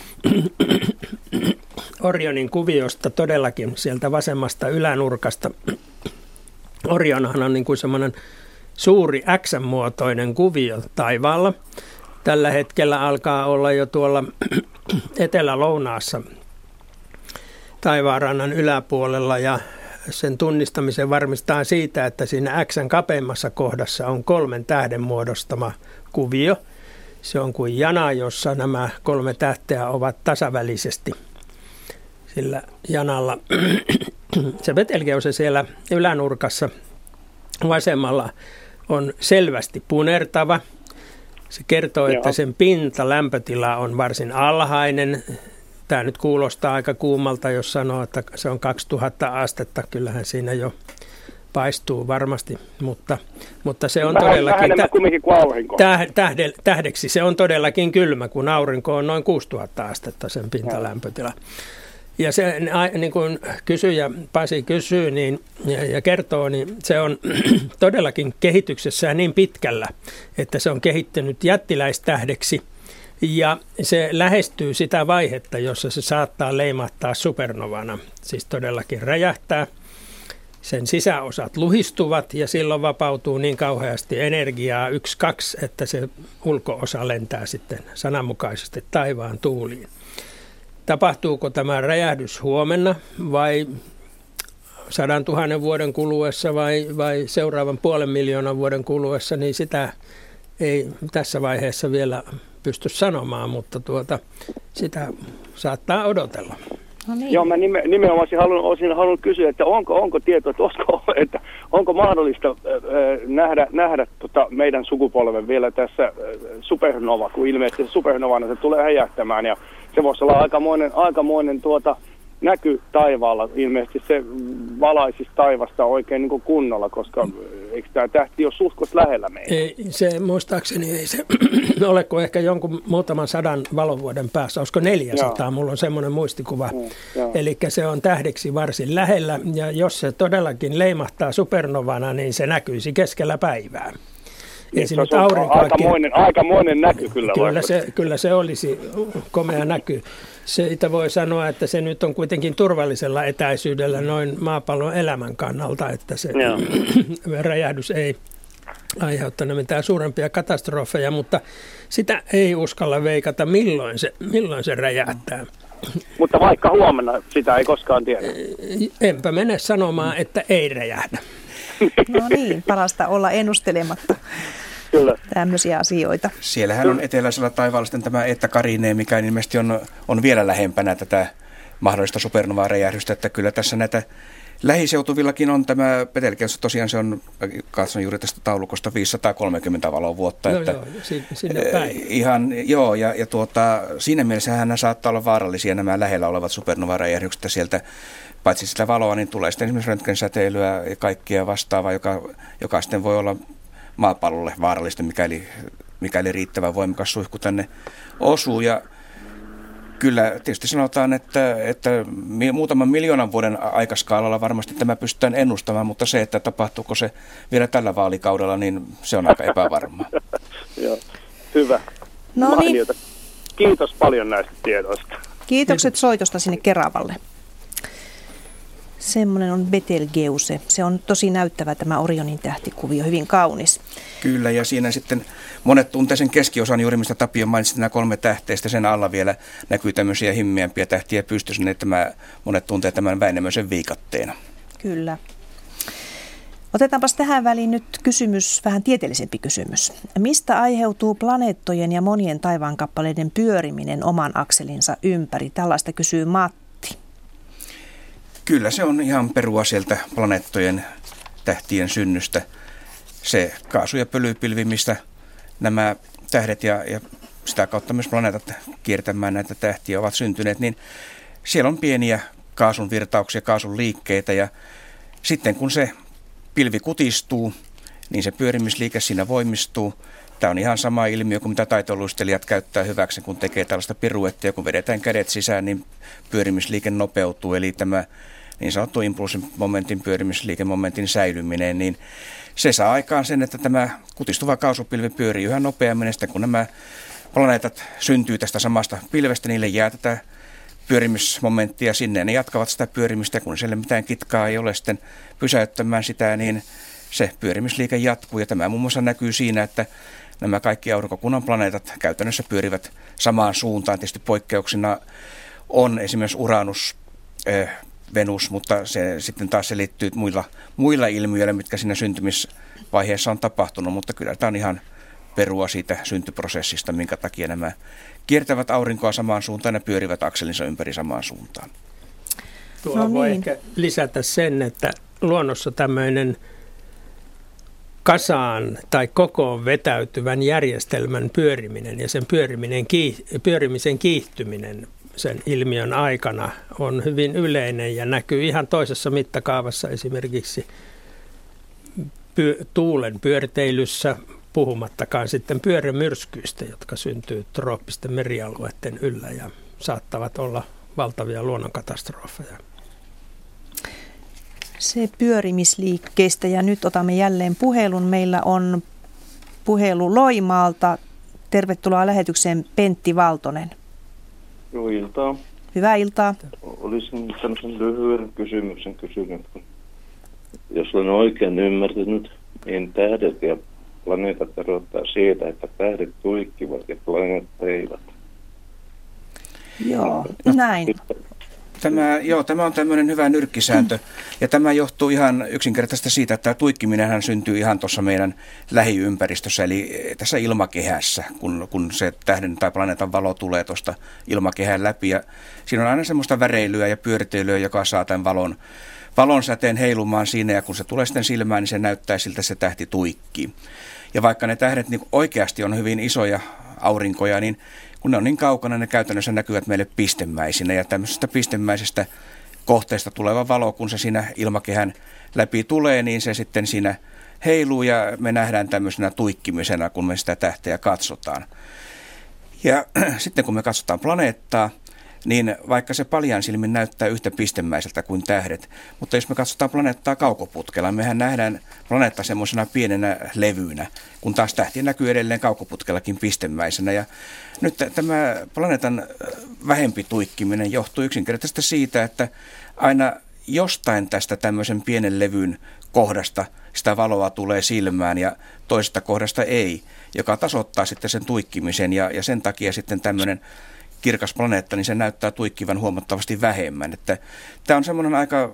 Orionin kuviosta todellakin sieltä vasemmasta ylänurkasta. Orionhan on niin kuin semmoinen suuri X-muotoinen kuvio taivaalla. Tällä hetkellä alkaa olla jo tuolla etelä-lounaassa taivaanrannan yläpuolella ja sen tunnistamisen varmistaa siitä, että siinä X:n kapeimmassa kohdassa on 3 tähden muodostama kuvio. Se on kuin jana, jossa nämä 3 tähteä ovat tasavälisesti sillä janalla. Se Betelgeuse siellä ylänurkassa vasemmalla on selvästi punertava. Se kertoo, että sen lämpötila on varsin alhainen. Tämä nyt kuulostaa aika kuumalta, jos sanoo, että se on 2000 astetta. Kyllähän siinä jo paistuu varmasti, mutta se on todellakin tähdeksi. Se on todellakin kylmä, kun aurinko on noin 6000 astetta sen pintalämpötila. Ja se, niin kuin kysyjä Pasi kysyy ja kertoo, niin se on todellakin kehityksessään niin pitkällä, että se on kehittynyt jättiläistähdeksi. Ja se lähestyy sitä vaihetta, jossa se saattaa leimahtaa supernovana, siis todellakin räjähtää. Sen sisäosat luhistuvat ja silloin vapautuu niin kauheasti energiaa 1-2, että se ulkoosa lentää sitten sananmukaisesti taivaan tuuliin. Tapahtuuko tämä räjähdys huomenna vai 100 000 vuoden kuluessa vai seuraavan 500 000 vuoden kuluessa, niin sitä ei tässä vaiheessa vielä pysty sanomaan, mutta sitä saattaa odotella. No niin. Joo, mä nimenomaan olisin halunnut kysyä, että onko tietoa, että onko mahdollista nähdä meidän sukupolven vielä tässä supernova, kun ilmeisesti supernovana se tulee räjähtämään ja se voisi olla aikamoinen näky taivaalla. Ilmeisesti se valaisisi taivasta oikein niin kuin kunnolla, koska eikö tämä tähti ole suhtkos lähellä meitä? Ei, se muistaakseni ei se oleko ehkä jonkun muutaman 100 valovuoden päässä, olisiko 400, mulla on semmoinen muistikuva. Eli se on tähdeksi varsin lähellä ja jos se todellakin leimahtaa supernovana, niin se näkyisi keskellä päivää. Niin, se on aikamoinen näky kyllä. Kyllä se olisi komea näky. Siitä voi sanoa, että se nyt on kuitenkin turvallisella etäisyydellä noin maapallon elämän kannalta, että se räjähdys ei aiheuttanut mitään suurempia katastrofeja, mutta sitä ei uskalla veikata, milloin se räjähtää. Mutta vaikka huomenna sitä ei koskaan tiedä. Enpä mene sanomaan, että ei räjähdä. No niin, parasta olla ennustelematta. Kyllä. Tämmöisiä asioita. Siellähän on eteläisellä taivaalla sitten tämä Eta Carinae, mikä ilmeisesti on vielä lähempänä tätä mahdollista supernovaa-räjähdystä, että kyllä tässä näitä lähiseutuvillakin on tämä Betelgeuse, tosiaan se on, katson juuri tästä taulukosta 530 valovuotta. No että joo, sinne päin. Siinä mielessä hän saattaa olla vaarallisia nämä lähellä olevat supernova-räjähdykset, sieltä paitsi sitä valoa, niin tulee sitten esimerkiksi röntgensäteilyä ja kaikkea vastaavaa, joka sitten voi olla maapallolle vaarallista, mikäli riittävän voimakas suihku tänne osuu. Ja Kyllä, tietysti sanotaan, että muutaman miljoonan vuoden aikaskaalalla varmasti tämä pystytään ennustamaan, mutta se, että tapahtuuko se vielä tällä vaalikaudella, niin se on aika epävarmaa. Joo, hyvä. No niin. Kiitos paljon näistä tiedoista. Kiitokset soitosta sinne Keravalle. Semmoinen on Betelgeuse. Se on tosi näyttävä tämä Orionin tähtikuvio, hyvin kaunis. Kyllä, ja siinä sitten monet tuntee sen keskiosan juuri, mistä Tapio mainitsi nämä 3 tähteistä. Sen alla vielä näkyy tämmöisiä himmeämpiä tähtiä pystyssä, niin monet tuntee tämän Väinämöisen viikatteena. Kyllä. Otetaanpas tähän väliin nyt kysymys, vähän tieteellisempi kysymys. Mistä aiheutuu planeettojen ja monien taivaankappaleiden pyöriminen oman akselinsa ympäri? Tällaista kysyy Matti. Kyllä, se on ihan perua sieltä planeettojen tähtien synnystä. Se kaasu- ja pölypilvi, mistä nämä tähdet ja sitä kautta myös planeetat kiertämään näitä tähtiä ovat syntyneet, niin siellä on pieniä kaasun virtauksia, kaasun liikkeitä, ja sitten kun se pilvi kutistuu, niin se pyörimisliike siinä voimistuu. Tämä on ihan sama ilmiö kuin mitä taitoluistelijat käyttää hyväksi, kun tekee tällaista piruettia. Kun vedetään kädet sisään, niin pyörimisliike nopeutuu. Eli tämä niin sanottu impulssimomentin pyörimisliikemomentin säilyminen, niin se saa aikaan sen, että tämä kutistuva kaasupilvi pyörii yhä nopeammin. Ja sitten kun nämä planeetat syntyy tästä samasta pilvestä, niille jää tätä pyörimismomenttia sinne, ja ne jatkavat sitä pyörimistä, kun siellä mitään kitkaa ei ole sitten pysäyttämään sitä, niin se pyörimisliike jatkuu, ja tämä muun muassa näkyy siinä, että nämä kaikki aurinkokunnan planeetat käytännössä pyörivät samaan suuntaan. Tietysti poikkeuksena on esimerkiksi Uranus, Venus, mutta se sitten taas selittyy muilla ilmiöillä, mitkä siinä syntymisvaiheessa on tapahtunut, mutta kyllä tämä on ihan perua siitä syntyprosessista, minkä takia nämä kiertävät aurinkoa samaan suuntaan ja pyörivät akselinsa ympäri samaan suuntaan. Tuo voi ehkä lisätä sen, että luonnossa tämmöinen kasaan tai kokoon vetäytyvän järjestelmän pyöriminen ja sen pyörimisen kiihtyminen sen ilmiön aikana on hyvin yleinen ja näkyy ihan toisessa mittakaavassa esimerkiksi tuulen pyörteilyssä, puhumattakaan sitten pyörremyrskyistä, jotka syntyy trooppisten merialueiden yllä ja saattavat olla valtavia luonnonkatastrofeja. Se pyörimisliikkeestä, ja nyt otamme jälleen puhelun. Meillä on puhelu Loimaalta. Tervetuloa lähetykseen Pentti Valtonen. Joo, iltaa. Hyvää iltaa. Olisin tämmöisen lyhyen kysymyksen kysynyt. Jos olen oikein ymmärtänyt, niin tähdet ja planeetat erottaa siitä, että tähdet tuikkivat ja planeetat eivät. Joo, näin. Tämä on tämmöinen hyvä nyrkkisääntö, ja tämä johtuu ihan yksinkertaisesti siitä, että tuikkiminenhän syntyy ihan tuossa meidän lähiympäristössä, eli tässä ilmakehässä, kun se tähden tai planeetan valo tulee tuosta ilmakehän läpi, ja siinä on aina semmoista väreilyä ja pyöriteilyä, joka saa tämän valon säteen heilumaan siinä, ja kun se tulee sitten silmään, niin se näyttää siltä, se tähti tuikkii. Ja vaikka ne tähdet niin oikeasti on hyvin isoja aurinkoja, niin kun ne on niin kaukana, ne käytännössä näkyvät meille pistemäisinä, ja tämmöisestä pistemäisestä kohteesta tuleva valo, kun se siinä ilmakehän läpi tulee, niin se sitten siinä heiluu, ja me nähdään tämmöisenä tuikkimisena, kun me sitä tähteä katsotaan. Ja sitten kun me katsotaan planeettaa, niin vaikka se paljain silmin näyttää yhtä pistemäiseltä kuin tähdet, mutta jos me katsotaan planeettaa kaukoputkella, mehän nähdään planeetta semmoisena pienenä levyynä, kun taas tähti näkyy edelleen kaukoputkellakin pistemäisenä. Ja nyt tämä planeetan vähempi tuikkiminen johtuu yksinkertaisesti siitä, että aina jostain tästä tämmöisen pienen levyn kohdasta sitä valoa tulee silmään ja toisesta kohdasta ei, joka tasoittaa sitten sen tuikkimisen, ja sen takia sitten tämmöinen kirkas planeetta, niin se näyttää tuikkivan huomattavasti vähemmän. Että tämä on semmoinen aika,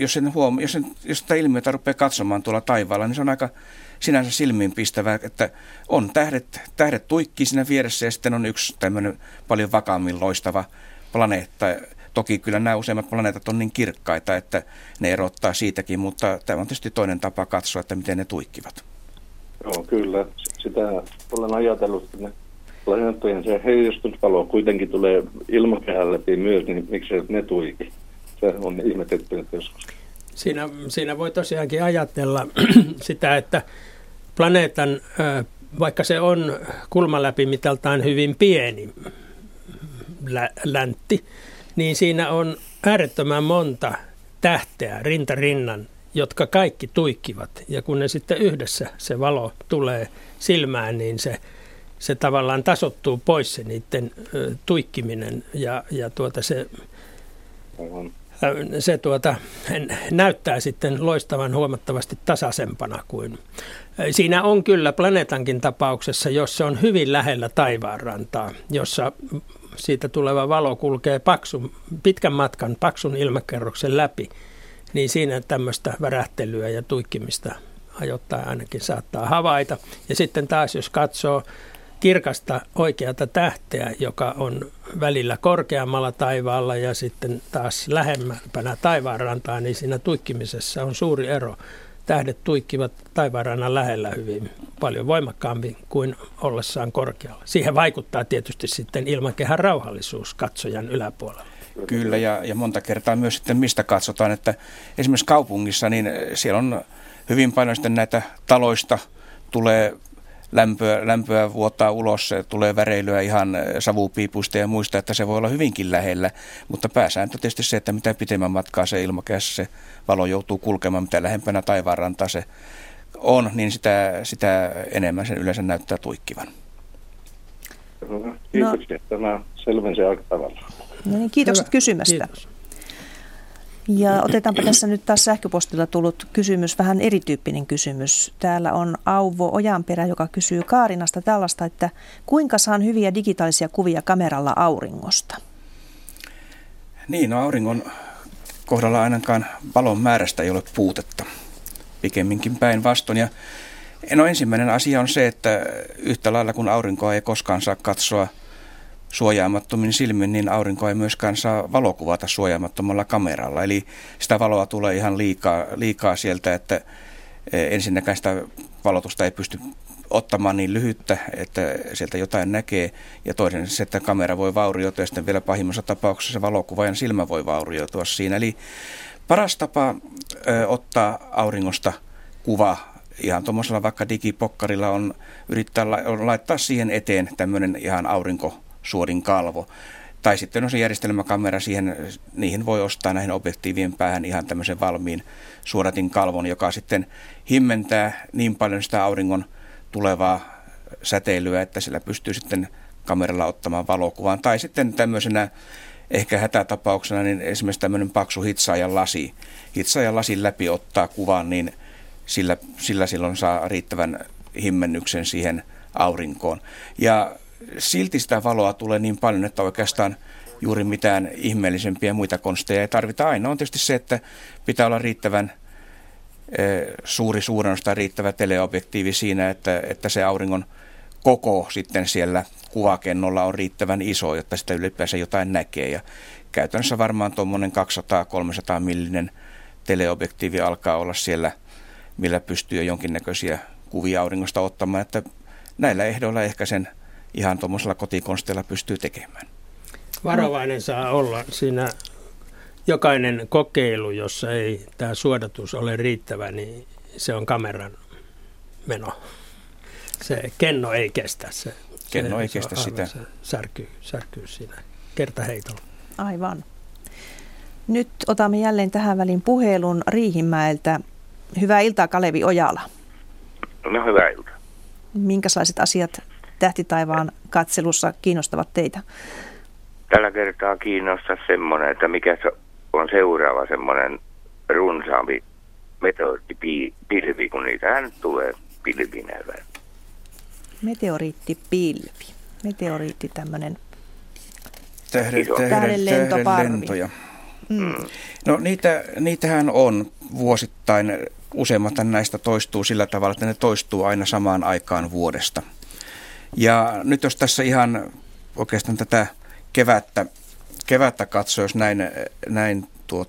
jos tätä ilmiötä rupeaa katsomaan tuolla taivaalla, niin se on aika sinänsä silmiinpistävää, että on tähdet tuikkii siinä vieressä, ja sitten on yksi tämmöinen paljon vakaammin loistava planeetta. Toki kyllä nämä useimmat planeetat on niin kirkkaita, että ne erottaa siitäkin, mutta tämä on tietysti toinen tapa katsoa, että miten ne tuikkivat. Joo, kyllä. Sitä olen ajatellut, että ne planeettojen se heijastusvalo kuitenkin tulee ilmakehän läpi myös, niin miksi ne tuiki? Se on ihmetetty joskus. Siinä voi tosiaankin ajatella sitä, että planeetan, vaikka se on kulmaläpimitaltaan hyvin pieni, läntti, niin siinä on äärettömän monta tähteä rinta rinnan, jotka kaikki tuikkivat. Ja kun ne sitten yhdessä se valo tulee silmään, niin se tavallaan tasoittuu pois se niiden tuikkiminen ja se näyttää sitten loistavan huomattavasti tasaisempana kuin. Siinä on kyllä planeetankin tapauksessa, jos se on hyvin lähellä taivaanrantaa, jossa siitä tuleva valo kulkee pitkän matkan paksun ilmakerroksen läpi, niin siinä tämmöistä värähtelyä ja tuikkimista ajoittain ainakin saattaa havaita. Ja sitten taas jos katsoo kirkasta oikeata tähteä, joka on välillä korkeammalla taivaalla ja sitten taas lähempänä taivaanrantaa, niin siinä tuikkimisessa on suuri ero. Tähdet tuikkivat taivaanrannan lähellä hyvin paljon voimakkaammin kuin ollessaan korkealla. Siihen vaikuttaa tietysti sitten ilmakehän rauhallisuus katsojan yläpuolella. Kyllä, ja monta kertaa myös sitten mistä katsotaan, että esimerkiksi kaupungissa, niin siellä on hyvin paljon sitten näitä taloista tulee lämpöä vuotaa ulos, tulee väreilyä ihan savupiipuista ja muista, että se voi olla hyvinkin lähellä, mutta pääsääntö tietysti se, että mitä pitemmän matkaa se ilmakehässä se valo joutuu kulkemaan, mitä lähempänä taivaanrantaa se on, niin sitä enemmän sen yleensä näyttää tuikkivan. Kiitoksia. Tämä selvensi aika tavalla. No niin, kiitokset kysymästä. Kiitos. Ja otetaanpa tässä nyt taas sähköpostilla tullut kysymys, vähän erityyppinen kysymys. Täällä on Auvo Ojanperä, joka kysyy Kaarinasta tällaista, että kuinka saan hyviä digitaalisia kuvia kameralla auringosta? Niin, auringon kohdalla ainakaan valon määrästä ei ole puutetta, pikemminkin päinvastoin. Ja ensimmäinen asia on se, että yhtä lailla kun aurinkoa ei koskaan saa katsoa suojaamattomin silmin, niin aurinkoa ei myöskään saa valokuvata suojaamattomalla kameralla. Eli sitä valoa tulee ihan liikaa sieltä, että ensinnäkään sitä valotusta ei pysty ottamaan niin lyhyttä, että sieltä jotain näkee. Ja toinen se, että kamera voi vaurioitua ja sitten vielä pahimmassa tapauksessa valokuvaajan silmä voi vaurioitua siinä. Eli paras tapa ottaa auringosta kuva ihan tuommoisella vaikka digipokkarilla on yrittää laittaa siihen eteen tämmöinen ihan aurinkosuodin kalvo. Tai sitten on se järjestelmäkamera, niihin voi ostaa näihin objektiivien päähän ihan tämmöisen valmiin suodatin kalvon, joka sitten himmentää niin paljon sitä auringon tulevaa säteilyä, että sillä pystyy sitten kameralla ottamaan valokuvaan. Tai sitten tämmöisenä ehkä hätätapauksena niin esimerkiksi tämmöinen paksu hitsaajan lasin läpi ottaa kuvan, niin sillä silloin saa riittävän himmennyksen siihen aurinkoon. Ja silti sitä valoa tulee niin paljon, että oikeastaan juuri mitään ihmeellisempiä muita konsteja ei tarvita. Aina on tietysti se, että pitää olla riittävän suuri suurennus tai riittävä teleobjektiivi siinä, että se auringon koko sitten siellä kuvakennolla on riittävän iso, jotta sitä ylipäänsä jotain näkee. Ja käytännössä varmaan tuommoinen 200-300 millinen teleobjektiivi alkaa olla siellä, millä pystyy jo jonkinnäköisiä kuvia auringosta ottamaan, että näillä ehdoilla ehkä sen ihan tuommoisella kotikonsteilla pystyy tekemään. Varovainen saa olla siinä jokainen kokeilu, jossa ei tämä suodatus ole riittävä, niin se on kameran meno. Se kenno ei kestä. Kenno ei kestä sitä. Se särkyy siinä kertaheitolla. Aivan. Nyt otamme jälleen tähän väliin puhelun Riihimäeltä. Hyvää iltaa, Kalevi Ojala. No, hyvää iltaa. Minkälaiset asiat tähtitaivaan katselussa kiinnostavat teitä? Tällä kertaa kiinnostaa semmoinen, että mikä on seuraava semmoinen runsaampi meteoriittipilvi, kun niitähän tulee pilvinä. Meteoriittipilvi. Meteoriitti tämmöinen tähdenlentoja. No niitähän on vuosittain, useimmat näistä toistuu sillä tavalla, että ne toistuu aina samaan aikaan vuodesta. Ja nyt jos tässä ihan oikeastaan tätä kevättä katsoo, jos näin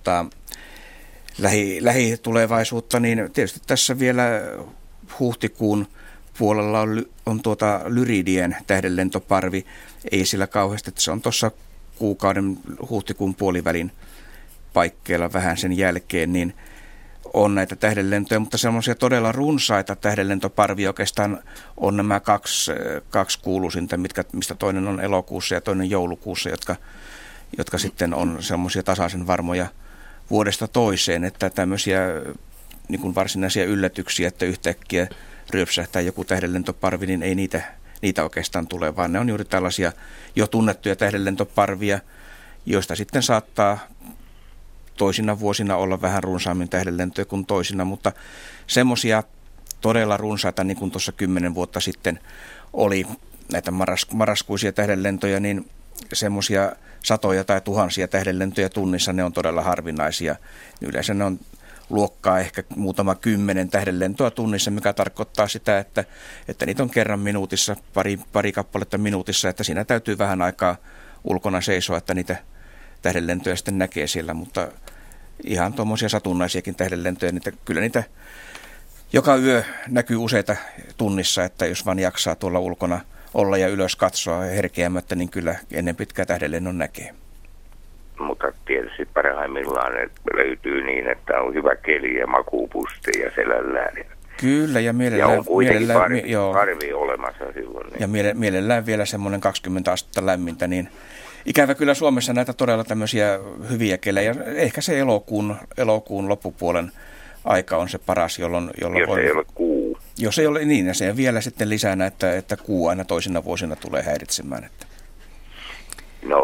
lähitulevaisuutta, niin tietysti tässä vielä huhtikuun puolella on Lyridien tähdenlentoparvi. Ei sillä kauheasti, että se on tuossa huhtikuun puolivälin paikkeilla vähän sen jälkeen, niin on näitä tähdenlentoja, mutta semmoisia todella runsaita tähdenlentoparvia oikeastaan on nämä kaksi kuuluisinta, mistä toinen on elokuussa ja toinen joulukuussa, jotka sitten on semmoisia tasaisen varmoja vuodesta toiseen, että tämmöisiä niin kuin varsinaisia yllätyksiä, että yhtäkkiä ryöpsähtää joku tähdenlentoparvi, niin ei niitä oikeastaan tule, vaan ne on juuri tällaisia jo tunnettuja tähdenlentoparvia, joista sitten saattaa toisina vuosina olla vähän runsaammin tähdenlentoja kuin toisina, mutta semmoisia todella runsaita, niin kuin tuossa 10 vuotta sitten oli näitä marraskuisia tähdenlentoja, niin semmoisia satoja tai tuhansia tähdenlentoja tunnissa, ne on todella harvinaisia. Yleensä ne on luokkaa ehkä muutama 10 tähdenlentoa tunnissa, mikä tarkoittaa sitä, että niitä on kerran minuutissa, pari kappaletta minuutissa, että siinä täytyy vähän aikaa ulkona seisoa, että niitä tähdenlentoja sitten näkee siellä, mutta ihan tuommoisia satunnaisiakin tähdenlentoja, kyllä niitä joka yö näkyy useita tunnissa, että jos vaan jaksaa tuolla ulkona olla ja ylös katsoa herkeämättä, niin kyllä ennen pitkää tähdenlennon näkee. Mutta tietysti parhaimmillaan ne löytyy niin, että on hyvä keli ja makuupuste ja selällään. Kyllä, ja mielellään... Ja on kuitenkin parvi olemassa silloin. Niin. Ja mielellään vielä semmoinen 20 astetta lämmintä, niin ikävä kyllä Suomessa näitä todella tämmöisiä hyviä kelejä. Ehkä se elokuun loppupuolen aika on se paras, jolloin jos ei ole kuu. Jos ei ole niin, ja se vielä sitten lisänä, että kuu aina toisina vuosina tulee häiritsemään. Että. No,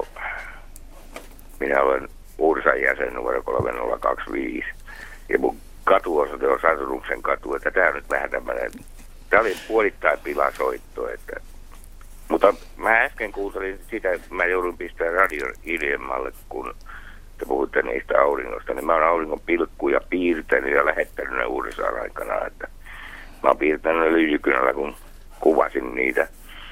minä olen Ursan jäsen numero 3025, ja mun katuosoite on Saturuksen katu, että tämä on nyt vähän tämmöinen, tämä oli puolittain pilasoitto, mutta mä äsken kuuntelin sitä, että mä joudun pistämään radion hiljemmalle, kun te puhutte niistä auringosta, niin mä oon auringon pilkkuja piirtänyt ja lähettänyt ne Ursaan aikana, että mä oon piirtänyt ne lyijykynällä, kun kuvasin niitä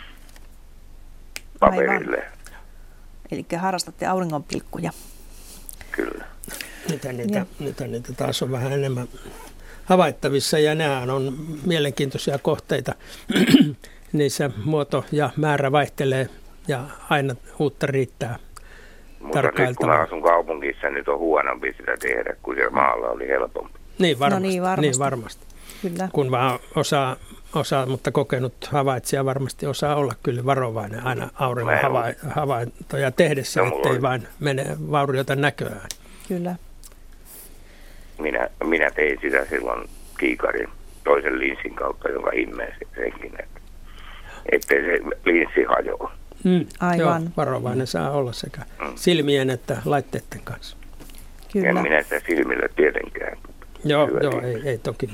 paperille. Eli harrastatte auringonpilkkuja. Kyllä. Nyt niitä taas on vähän enemmän havaittavissa ja nämä on mielenkiintoisia kohteita. Niissä muoto ja määrä vaihtelee ja aina uutta riittää. Mutta nyt kun mä asun kaupungissa, nyt on huonompi sitä tehdä, kun siellä maalla oli helpompi. Niin varmasti. Kyllä. Kun vaan osaa, mutta kokenut havaitsija varmasti osaa olla kyllä varovainen aina auringon havaintoja tehdessä, ettei vain mene vauriota näköään. Kyllä. Minä tein sitä silloin kiikarin toisen linssin kautta, joka immeesi senkin, ettei se linssi hajoa. Aivan. Joo, varovainen saa olla sekä silmien että laitteiden kanssa. Kyllä. En minä sitä silmillä tietenkään. Joo, ei toki.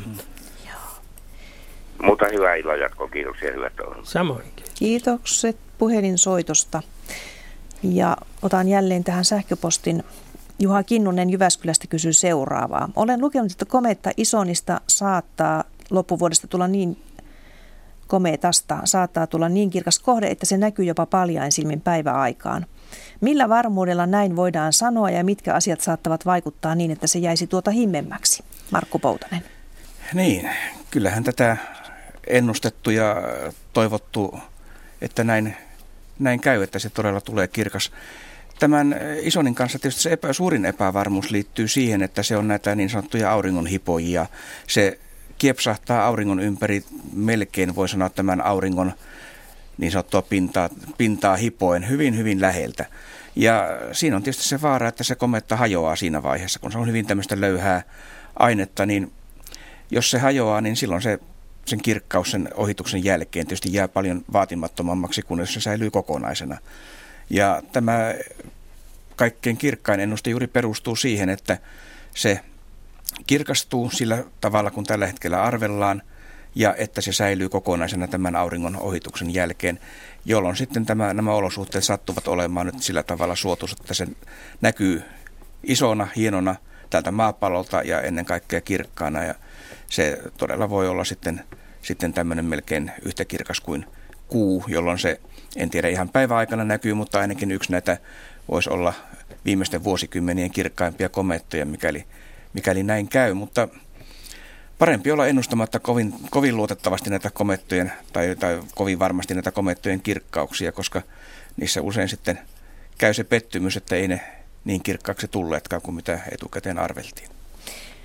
Mutta hyvää illan jatkoa, kiitoksia, hyvät on. Samoinkin. Kiitokset puhelinsoitosta. Ja otan jälleen tähän sähköpostin. Juha Kinnunen Jyväskylästä kysyy seuraavaa. Olen lukenut, että komeetta Isonista saattaa loppuvuodesta tulla niin saattaa tulla niin kirkas kohde, että se näkyy jopa paljain silmin päiväaikaan. Millä varmuudella näin voidaan sanoa ja mitkä asiat saattavat vaikuttaa niin, että se jäisi tuota himmemmäksi? Markku Poutanen. Niin, kyllähän tätä ennustettu ja toivottu, että näin käy, että se todella tulee kirkas. Tämän Isonin kanssa tietysti se suurin epävarmuus liittyy siihen, että se on näitä niin sanottuja auringonhipojia. Se kiepsahtaa auringon ympäri melkein, voi sanoa, tämän auringon niin sanottua pintaa hipoen hyvin, hyvin läheltä. Ja siinä on tietysti se vaara, että se kometta hajoaa siinä vaiheessa, kun se on hyvin tämmöistä löyhää ainetta, niin jos se hajoaa, niin silloin sen kirkkaus sen ohituksen jälkeen tietysti jää paljon vaatimattomammaksi, kun jos se säilyy kokonaisena. Ja tämä kaikkein kirkkain ennuste juuri perustuu siihen, että se kirkastuu sillä tavalla, kun tällä hetkellä arvellaan, ja että se säilyy kokonaisena tämän auringon ohituksen jälkeen, jolloin sitten nämä olosuhteet sattuvat olemaan nyt sillä tavalla suotuisat, että se näkyy isona, hienona tältä maapallolta ja ennen kaikkea kirkkaana, ja se todella voi olla sitten tämmöinen melkein yhtä kirkas kuin kuu, jolloin se, en tiedä ihan päiväaikana näkyy, mutta ainakin yksi näitä voisi olla viimeisten vuosikymmenien kirkkaimpia komeettoja, mikäli näin käy, mutta parempi olla ennustamatta kovin luotettavasti näitä komeettojen tai kovin varmasti näitä komeettojen kirkkauksia, koska niissä usein sitten käy se pettymys, että ei ne niin kirkkaaksi tulleetkaan kuin mitä etukäteen arveltiin.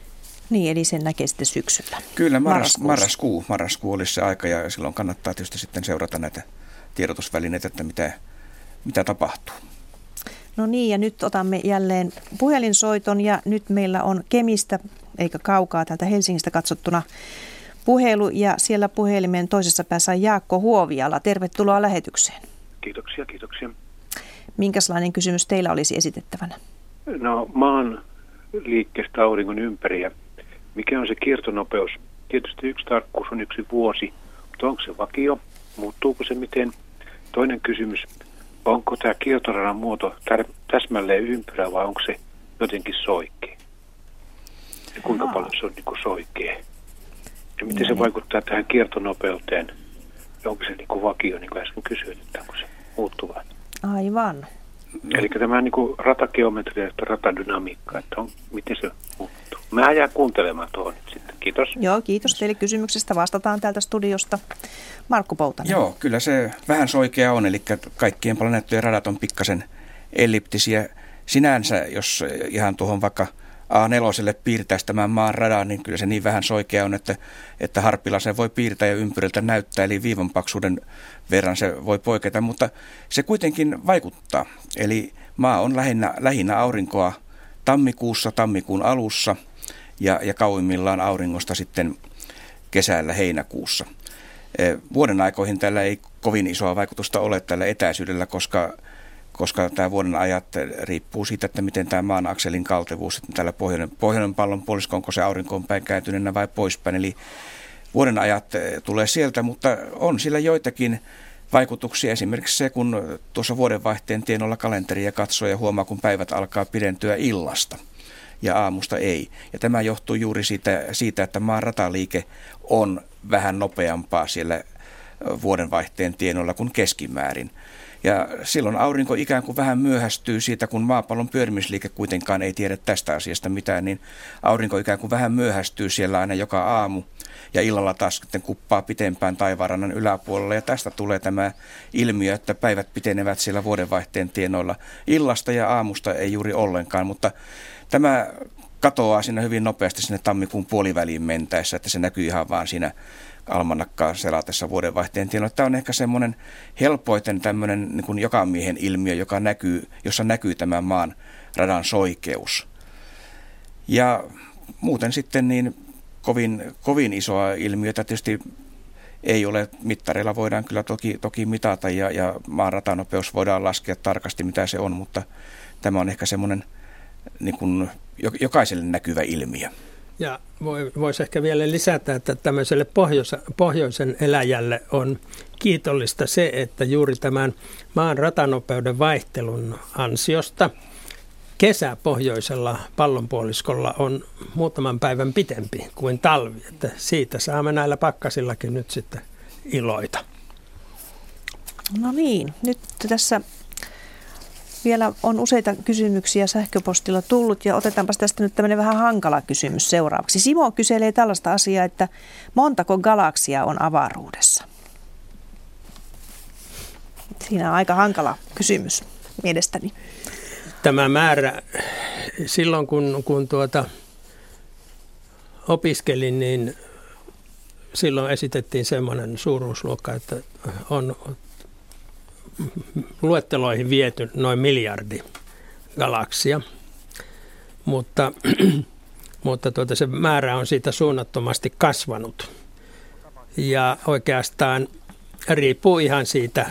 Niin, eli sen näkee sitten syksyllä. Kyllä, marraskuu olisi se aika ja silloin kannattaa tietysti sitten seurata näitä tiedotusvälineitä, että mitä tapahtuu. No niin, ja nyt otamme jälleen puhelinsoiton ja nyt meillä on Kemistä, eikä kaukaa täältä Helsingistä katsottuna puhelu ja siellä puhelimen toisessa päässä on Jaakko Huoviala. Tervetuloa lähetykseen. Kiitoksia. Minkälainen kysymys teillä olisi esitettävänä? No maan liikkeestä auringon ympäri ja mikä on se kiertonopeus? Tietysti yksi tarkkuus on 1 vuosi, mutta onko se vakio? Muuttuuko se miten? Toinen kysymys, onko tämä kiertoradan muoto täsmälleen ympyrä vai onko se jotenkin soikea? Ja kuinka paljon se on niin kuin soikea? Ja miten se vaikuttaa tähän kiertonopeuteen? Ja onko se niin kuin vakio, niin kuin äsken kysyin, että onko se muuttuvaa? Aivan. Eli tämä niin kuin ratageometria ja ratadynamiikka, että miten se muuttuu. Mä jään kuuntelemaan tuohon nyt sitten. Kiitos. Joo, kiitos teille kysymyksestä. Vastataan täältä studiosta. Markku Poutanen. Joo, kyllä se vähän soikea on, eli kaikkien planeettojen radat on pikkasen elliptisiä. Sinänsä, jos ihan tuohon vaikka A4 piirtäisi tämän maan radan, niin kyllä se niin vähän soikea on, että harppilasen voi piirtää ja ympyriltä näyttää, eli viivan paksuuden verran se voi poiketa, mutta se kuitenkin vaikuttaa. Eli maa on lähinnä aurinkoa tammikuun alussa ja kauimmillaan auringosta sitten kesällä heinäkuussa. Vuoden aikoihin tällä ei kovin isoa vaikutusta ole tällä etäisyydellä, koska tämä vuoden ajat riippuu siitä, että miten tämä maan akselin kaltevuus, että tällä pohjoinen pallonpuolisko, onko se aurinkoon päin kääntyneenä vai poispäin. Eli vuoden ajat tulee sieltä, mutta on sillä joitakin vaikutuksia. Esimerkiksi se, kun tuossa vuodenvaihteen tienoilla kalenteria katsoo ja huomaa, kun päivät alkaa pidentyä illasta ja aamusta ei. Ja tämä johtuu juuri siitä, että maan rataliike on vähän nopeampaa siellä vuodenvaihteen tienoilla kuin keskimäärin. Ja silloin aurinko ikään kuin vähän myöhästyy siitä, kun maapallon pyörimisliike kuitenkaan ei tiedä tästä asiasta mitään, niin aurinko ikään kuin vähän myöhästyy siellä aina joka aamu ja illalla taas sitten kuppaa pitempään taivaanrannan yläpuolella. Ja tästä tulee tämä ilmiö, että päivät pitenevät siellä vuodenvaihteen tienoilla illasta ja aamusta ei juuri ollenkaan, mutta tämä katoaa siinä hyvin nopeasti sinne tammikuun puoliväliin mentäessä, että se näkyy ihan vaan siinä almanakkaa selatessa vuodenvaihteen tienoilla. Tämä on ehkä semmoinen helpoiten tämmöinen niin kuin jokamiehen ilmiö, jossa näkyy tämä maan radan soikeus. Ja muuten sitten niin kovin isoa ilmiötä tietysti ei ole. Mittareilla voidaan kyllä toki mitata ja maan ratanopeus voidaan laskea tarkasti mitä se on, mutta tämä on ehkä semmoinen niin kuin jokaiselle näkyvä ilmiö. Ja voisi ehkä vielä lisätä, että tämmöiselle pohjoisen eläjälle on kiitollista se, että juuri tämän maan ratanopeuden vaihtelun ansiosta kesä pohjoisella pallonpuoliskolla on muutaman päivän pitempi kuin talvi. Että siitä saamme näillä pakkasillakin nyt sitten iloita. No niin, nyt tässä vielä on useita kysymyksiä sähköpostilla tullut ja otetaanpas tästä nyt tämmöinen vähän hankala kysymys seuraavaksi. Simo kyselee tällaista asiaa, että montako galaksia on avaruudessa? Siinä on aika hankala kysymys mielestäni. Tämä määrä, silloin kun opiskelin, niin silloin esitettiin semmoinen suuruusluokka, että on luetteloihin viety noin 1 miljardi galaksia, mutta se määrä on siitä suunnattomasti kasvanut. Ja oikeastaan riippuu ihan siitä,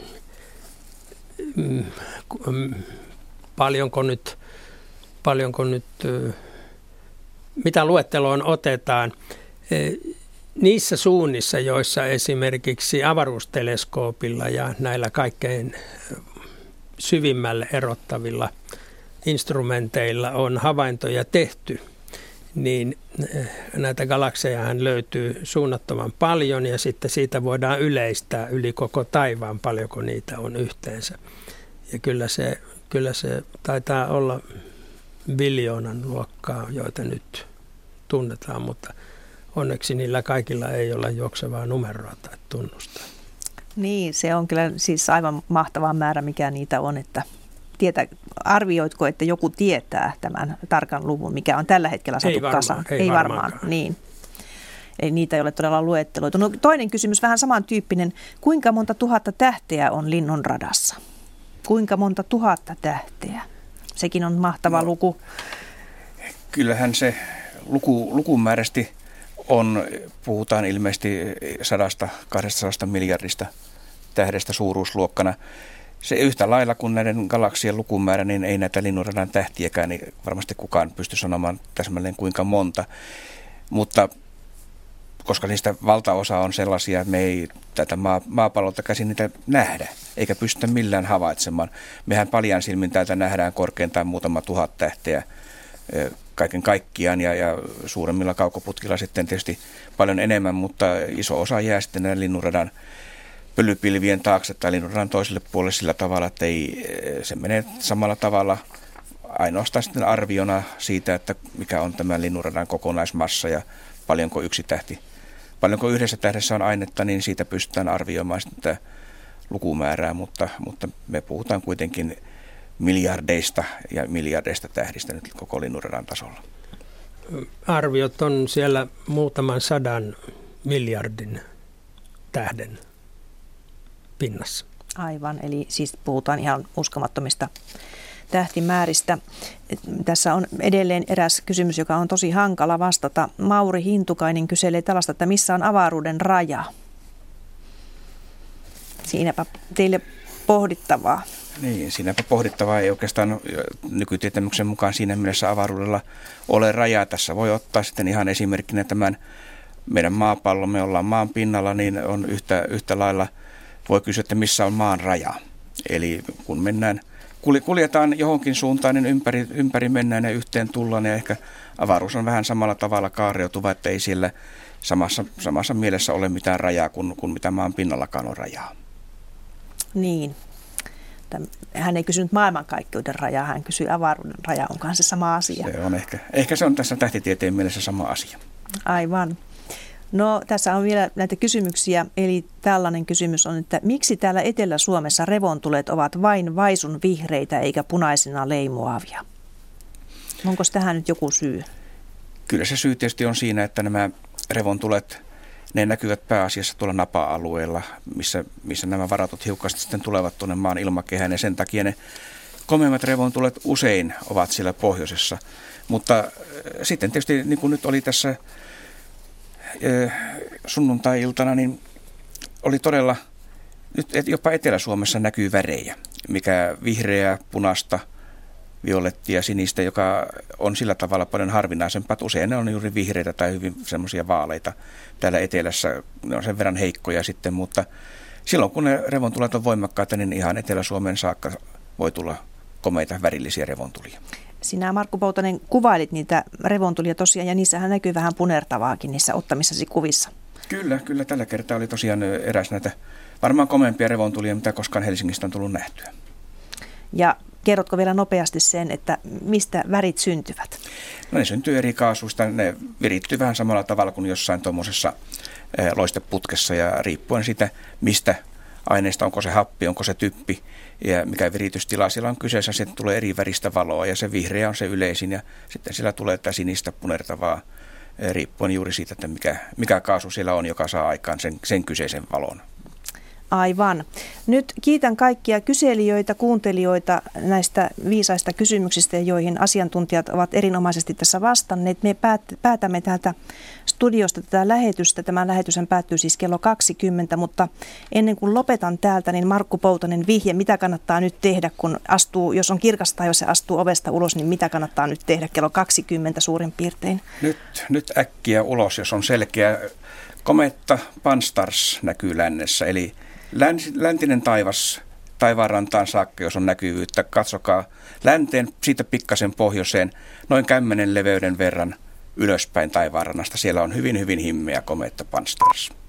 paljonko nyt mitä luetteloon otetaan. Niissä suunnissa, joissa esimerkiksi avaruusteleskoopilla ja näillä kaikkein syvimmälle erottavilla instrumenteilla on havaintoja tehty, niin näitä galaksejahan löytyy suunnattoman paljon ja sitten siitä voidaan yleistää yli koko taivaan paljonko niitä on yhteensä. Ja kyllä se taitaa olla biljoonan luokkaa, joita nyt tunnetaan, mutta onneksi niillä kaikilla ei ole juoksevaa numeroa tai tunnusta. Niin, se on kyllä siis aivan mahtava määrä, mikä niitä on, että arvioitko, että joku tietää tämän tarkan luvun, mikä on tällä hetkellä saatu kasaan? Ei varmaan. Niin. Eli niitä ei ole todella luetteloitu. No, toinen kysymys, vähän samantyyppinen. Kuinka monta tuhatta tähteä on Linnunradassa? Kuinka monta tuhatta tähteä? Sekin on mahtava luku. Kyllähän se lukumäärästi puhutaan ilmeisesti 100-200 miljardista tähdestä suuruusluokkana. Se yhtä lailla kuin näiden galaksien lukumäärä, niin ei näitä Linnunradan tähtiäkään, niin varmasti kukaan pysty sanomaan täsmälleen kuinka monta. Mutta koska niistä valtaosa on sellaisia, että me ei tätä maapallolta käsin niitä nähdä, eikä pystytä millään havaitsemaan. Mehän paljan silmin täältä nähdään korkeintaan muutama tuhat tähteä kaiken kaikkiaan ja suuremmilla kaukoputkilla sitten tietysti paljon enemmän, mutta iso osa jää sitten näiden Linnunradan pölypilvien taakse tai Linnunradan toiselle puolelle sillä tavalla, että se menee samalla tavalla ainoastaan sitten arviona siitä, että mikä on tämä Linnunradan kokonaismassa ja paljonko yhdessä tähdessä on ainetta, niin siitä pystytään arvioimaan sitä lukumäärää, mutta me puhutaan kuitenkin miljardeista ja miljardeista tähdistä nyt koko Linnunradan tasolla. Arviot on siellä muutaman 100 miljardin tähden pinnassa. Aivan, eli siis puhutaan ihan uskomattomista tähtimääristä. Tässä on edelleen eräs kysymys, joka on tosi hankala vastata. Mauri Hintukainen kyselee tällaista, että missä on avaruuden raja? Siinäpä teille pohdittavaa. Niin, siinäpä pohdittavaa ei oikeastaan nykytietämyksen mukaan siinä mielessä avaruudella ole rajaa. Tässä voi ottaa sitten ihan esimerkkinä tämän meidän maapallon, me ollaan maan pinnalla, niin on yhtä lailla, voi kysyä, että missä on maan raja. Eli kun kuljetaan johonkin suuntaan, niin ympäri mennään ja yhteen tullaan ja ehkä avaruus on vähän samalla tavalla kaareutuva, että ei siellä samassa mielessä ole mitään rajaa kuin mitä maan pinnallakaan on rajaa. Niin. Hän ei kysynyt maailmankaikkeuden rajaa, hän kysyi avaruuden rajaa. Onkohan se sama asia? Se on ehkä se on tässä tähtitieteen mielessä sama asia. Aivan. No tässä on vielä näitä kysymyksiä, eli tällainen kysymys on, että miksi täällä Etelä-Suomessa revontulet ovat vain vaisun vihreitä eikä punaisena leimuavia? Onko tähän nyt joku syy? Kyllä se syy tietysti on siinä, että nämä revontulet, ne näkyvät pääasiassa tuolla napa-alueella, missä nämä varatut hiukkaset sitten tulevat tuonne maan ilmakehään ja sen takia ne komeimmat revontulet usein ovat siellä pohjoisessa. Mutta sitten tietysti niin kuin nyt oli tässä sunnuntai-iltana, niin oli todella, nyt jopa Etelä-Suomessa näkyy värejä, mikä vihreää, punaista, violettia, sinistä, joka on sillä tavalla paljon harvinaisempaa, että usein ne on juuri vihreitä tai hyvin semmoisia vaaleita. Täällä etelässä ne on sen verran heikkoja sitten, mutta silloin kun ne revontulet on voimakkaita, niin ihan Etelä-Suomen saakka voi tulla komeita värillisiä revontulia. Sinä, Markku Poutanen, kuvailit niitä revontulia tosiaan, ja niissähän näkyy vähän punertavaakin niissä ottamissasi kuvissa. Kyllä. Tällä kertaa oli tosiaan eräs näitä varmaan komeampia revontulia, mitä koskaan Helsingistä on tullut nähtyä. Ja kerrotko vielä nopeasti sen, että mistä värit syntyvät? No ne syntyy eri kaasuista. Ne virittyy vähän samalla tavalla kuin jossain tuommoisessa loisteputkessa, ja riippuen siitä, mistä aineista, onko se happi, onko se typpi ja mikä viritystila siellä on kyseessä, sitten tulee eri väristä valoa ja se vihreä on se yleisin ja sitten siellä tulee tätä sinistä punertavaa riippuen juuri siitä, että mikä kaasu siellä on, joka saa aikaan sen kyseisen valon. Aivan. Nyt kiitän kaikkia kyselijöitä, kuuntelijoita näistä viisaista kysymyksistä, joihin asiantuntijat ovat erinomaisesti tässä vastanneet. Me päätämme täältä studiosta tätä lähetystä. Tämä lähetyshän päättyy siis kello 20, mutta ennen kuin lopetan täältä, niin Markku Poutanen, vihje, mitä kannattaa nyt tehdä, kun jos on kirkasta, jos se astuu ovesta ulos, niin mitä kannattaa nyt tehdä kello 20 suurin piirtein? Nyt äkkiä ulos, jos on selkeä. Kometta Pan-STARRS näkyy lännessä, eli läntinen taivas taivaanrantaan saakka, jos on näkyvyyttä. Katsokaa länteen, siitä pikkasen pohjoiseen, noin 10 leveyden verran ylöspäin taivaanrannasta. Siellä on hyvin, hyvin himmeä kometta Pan-STARRS.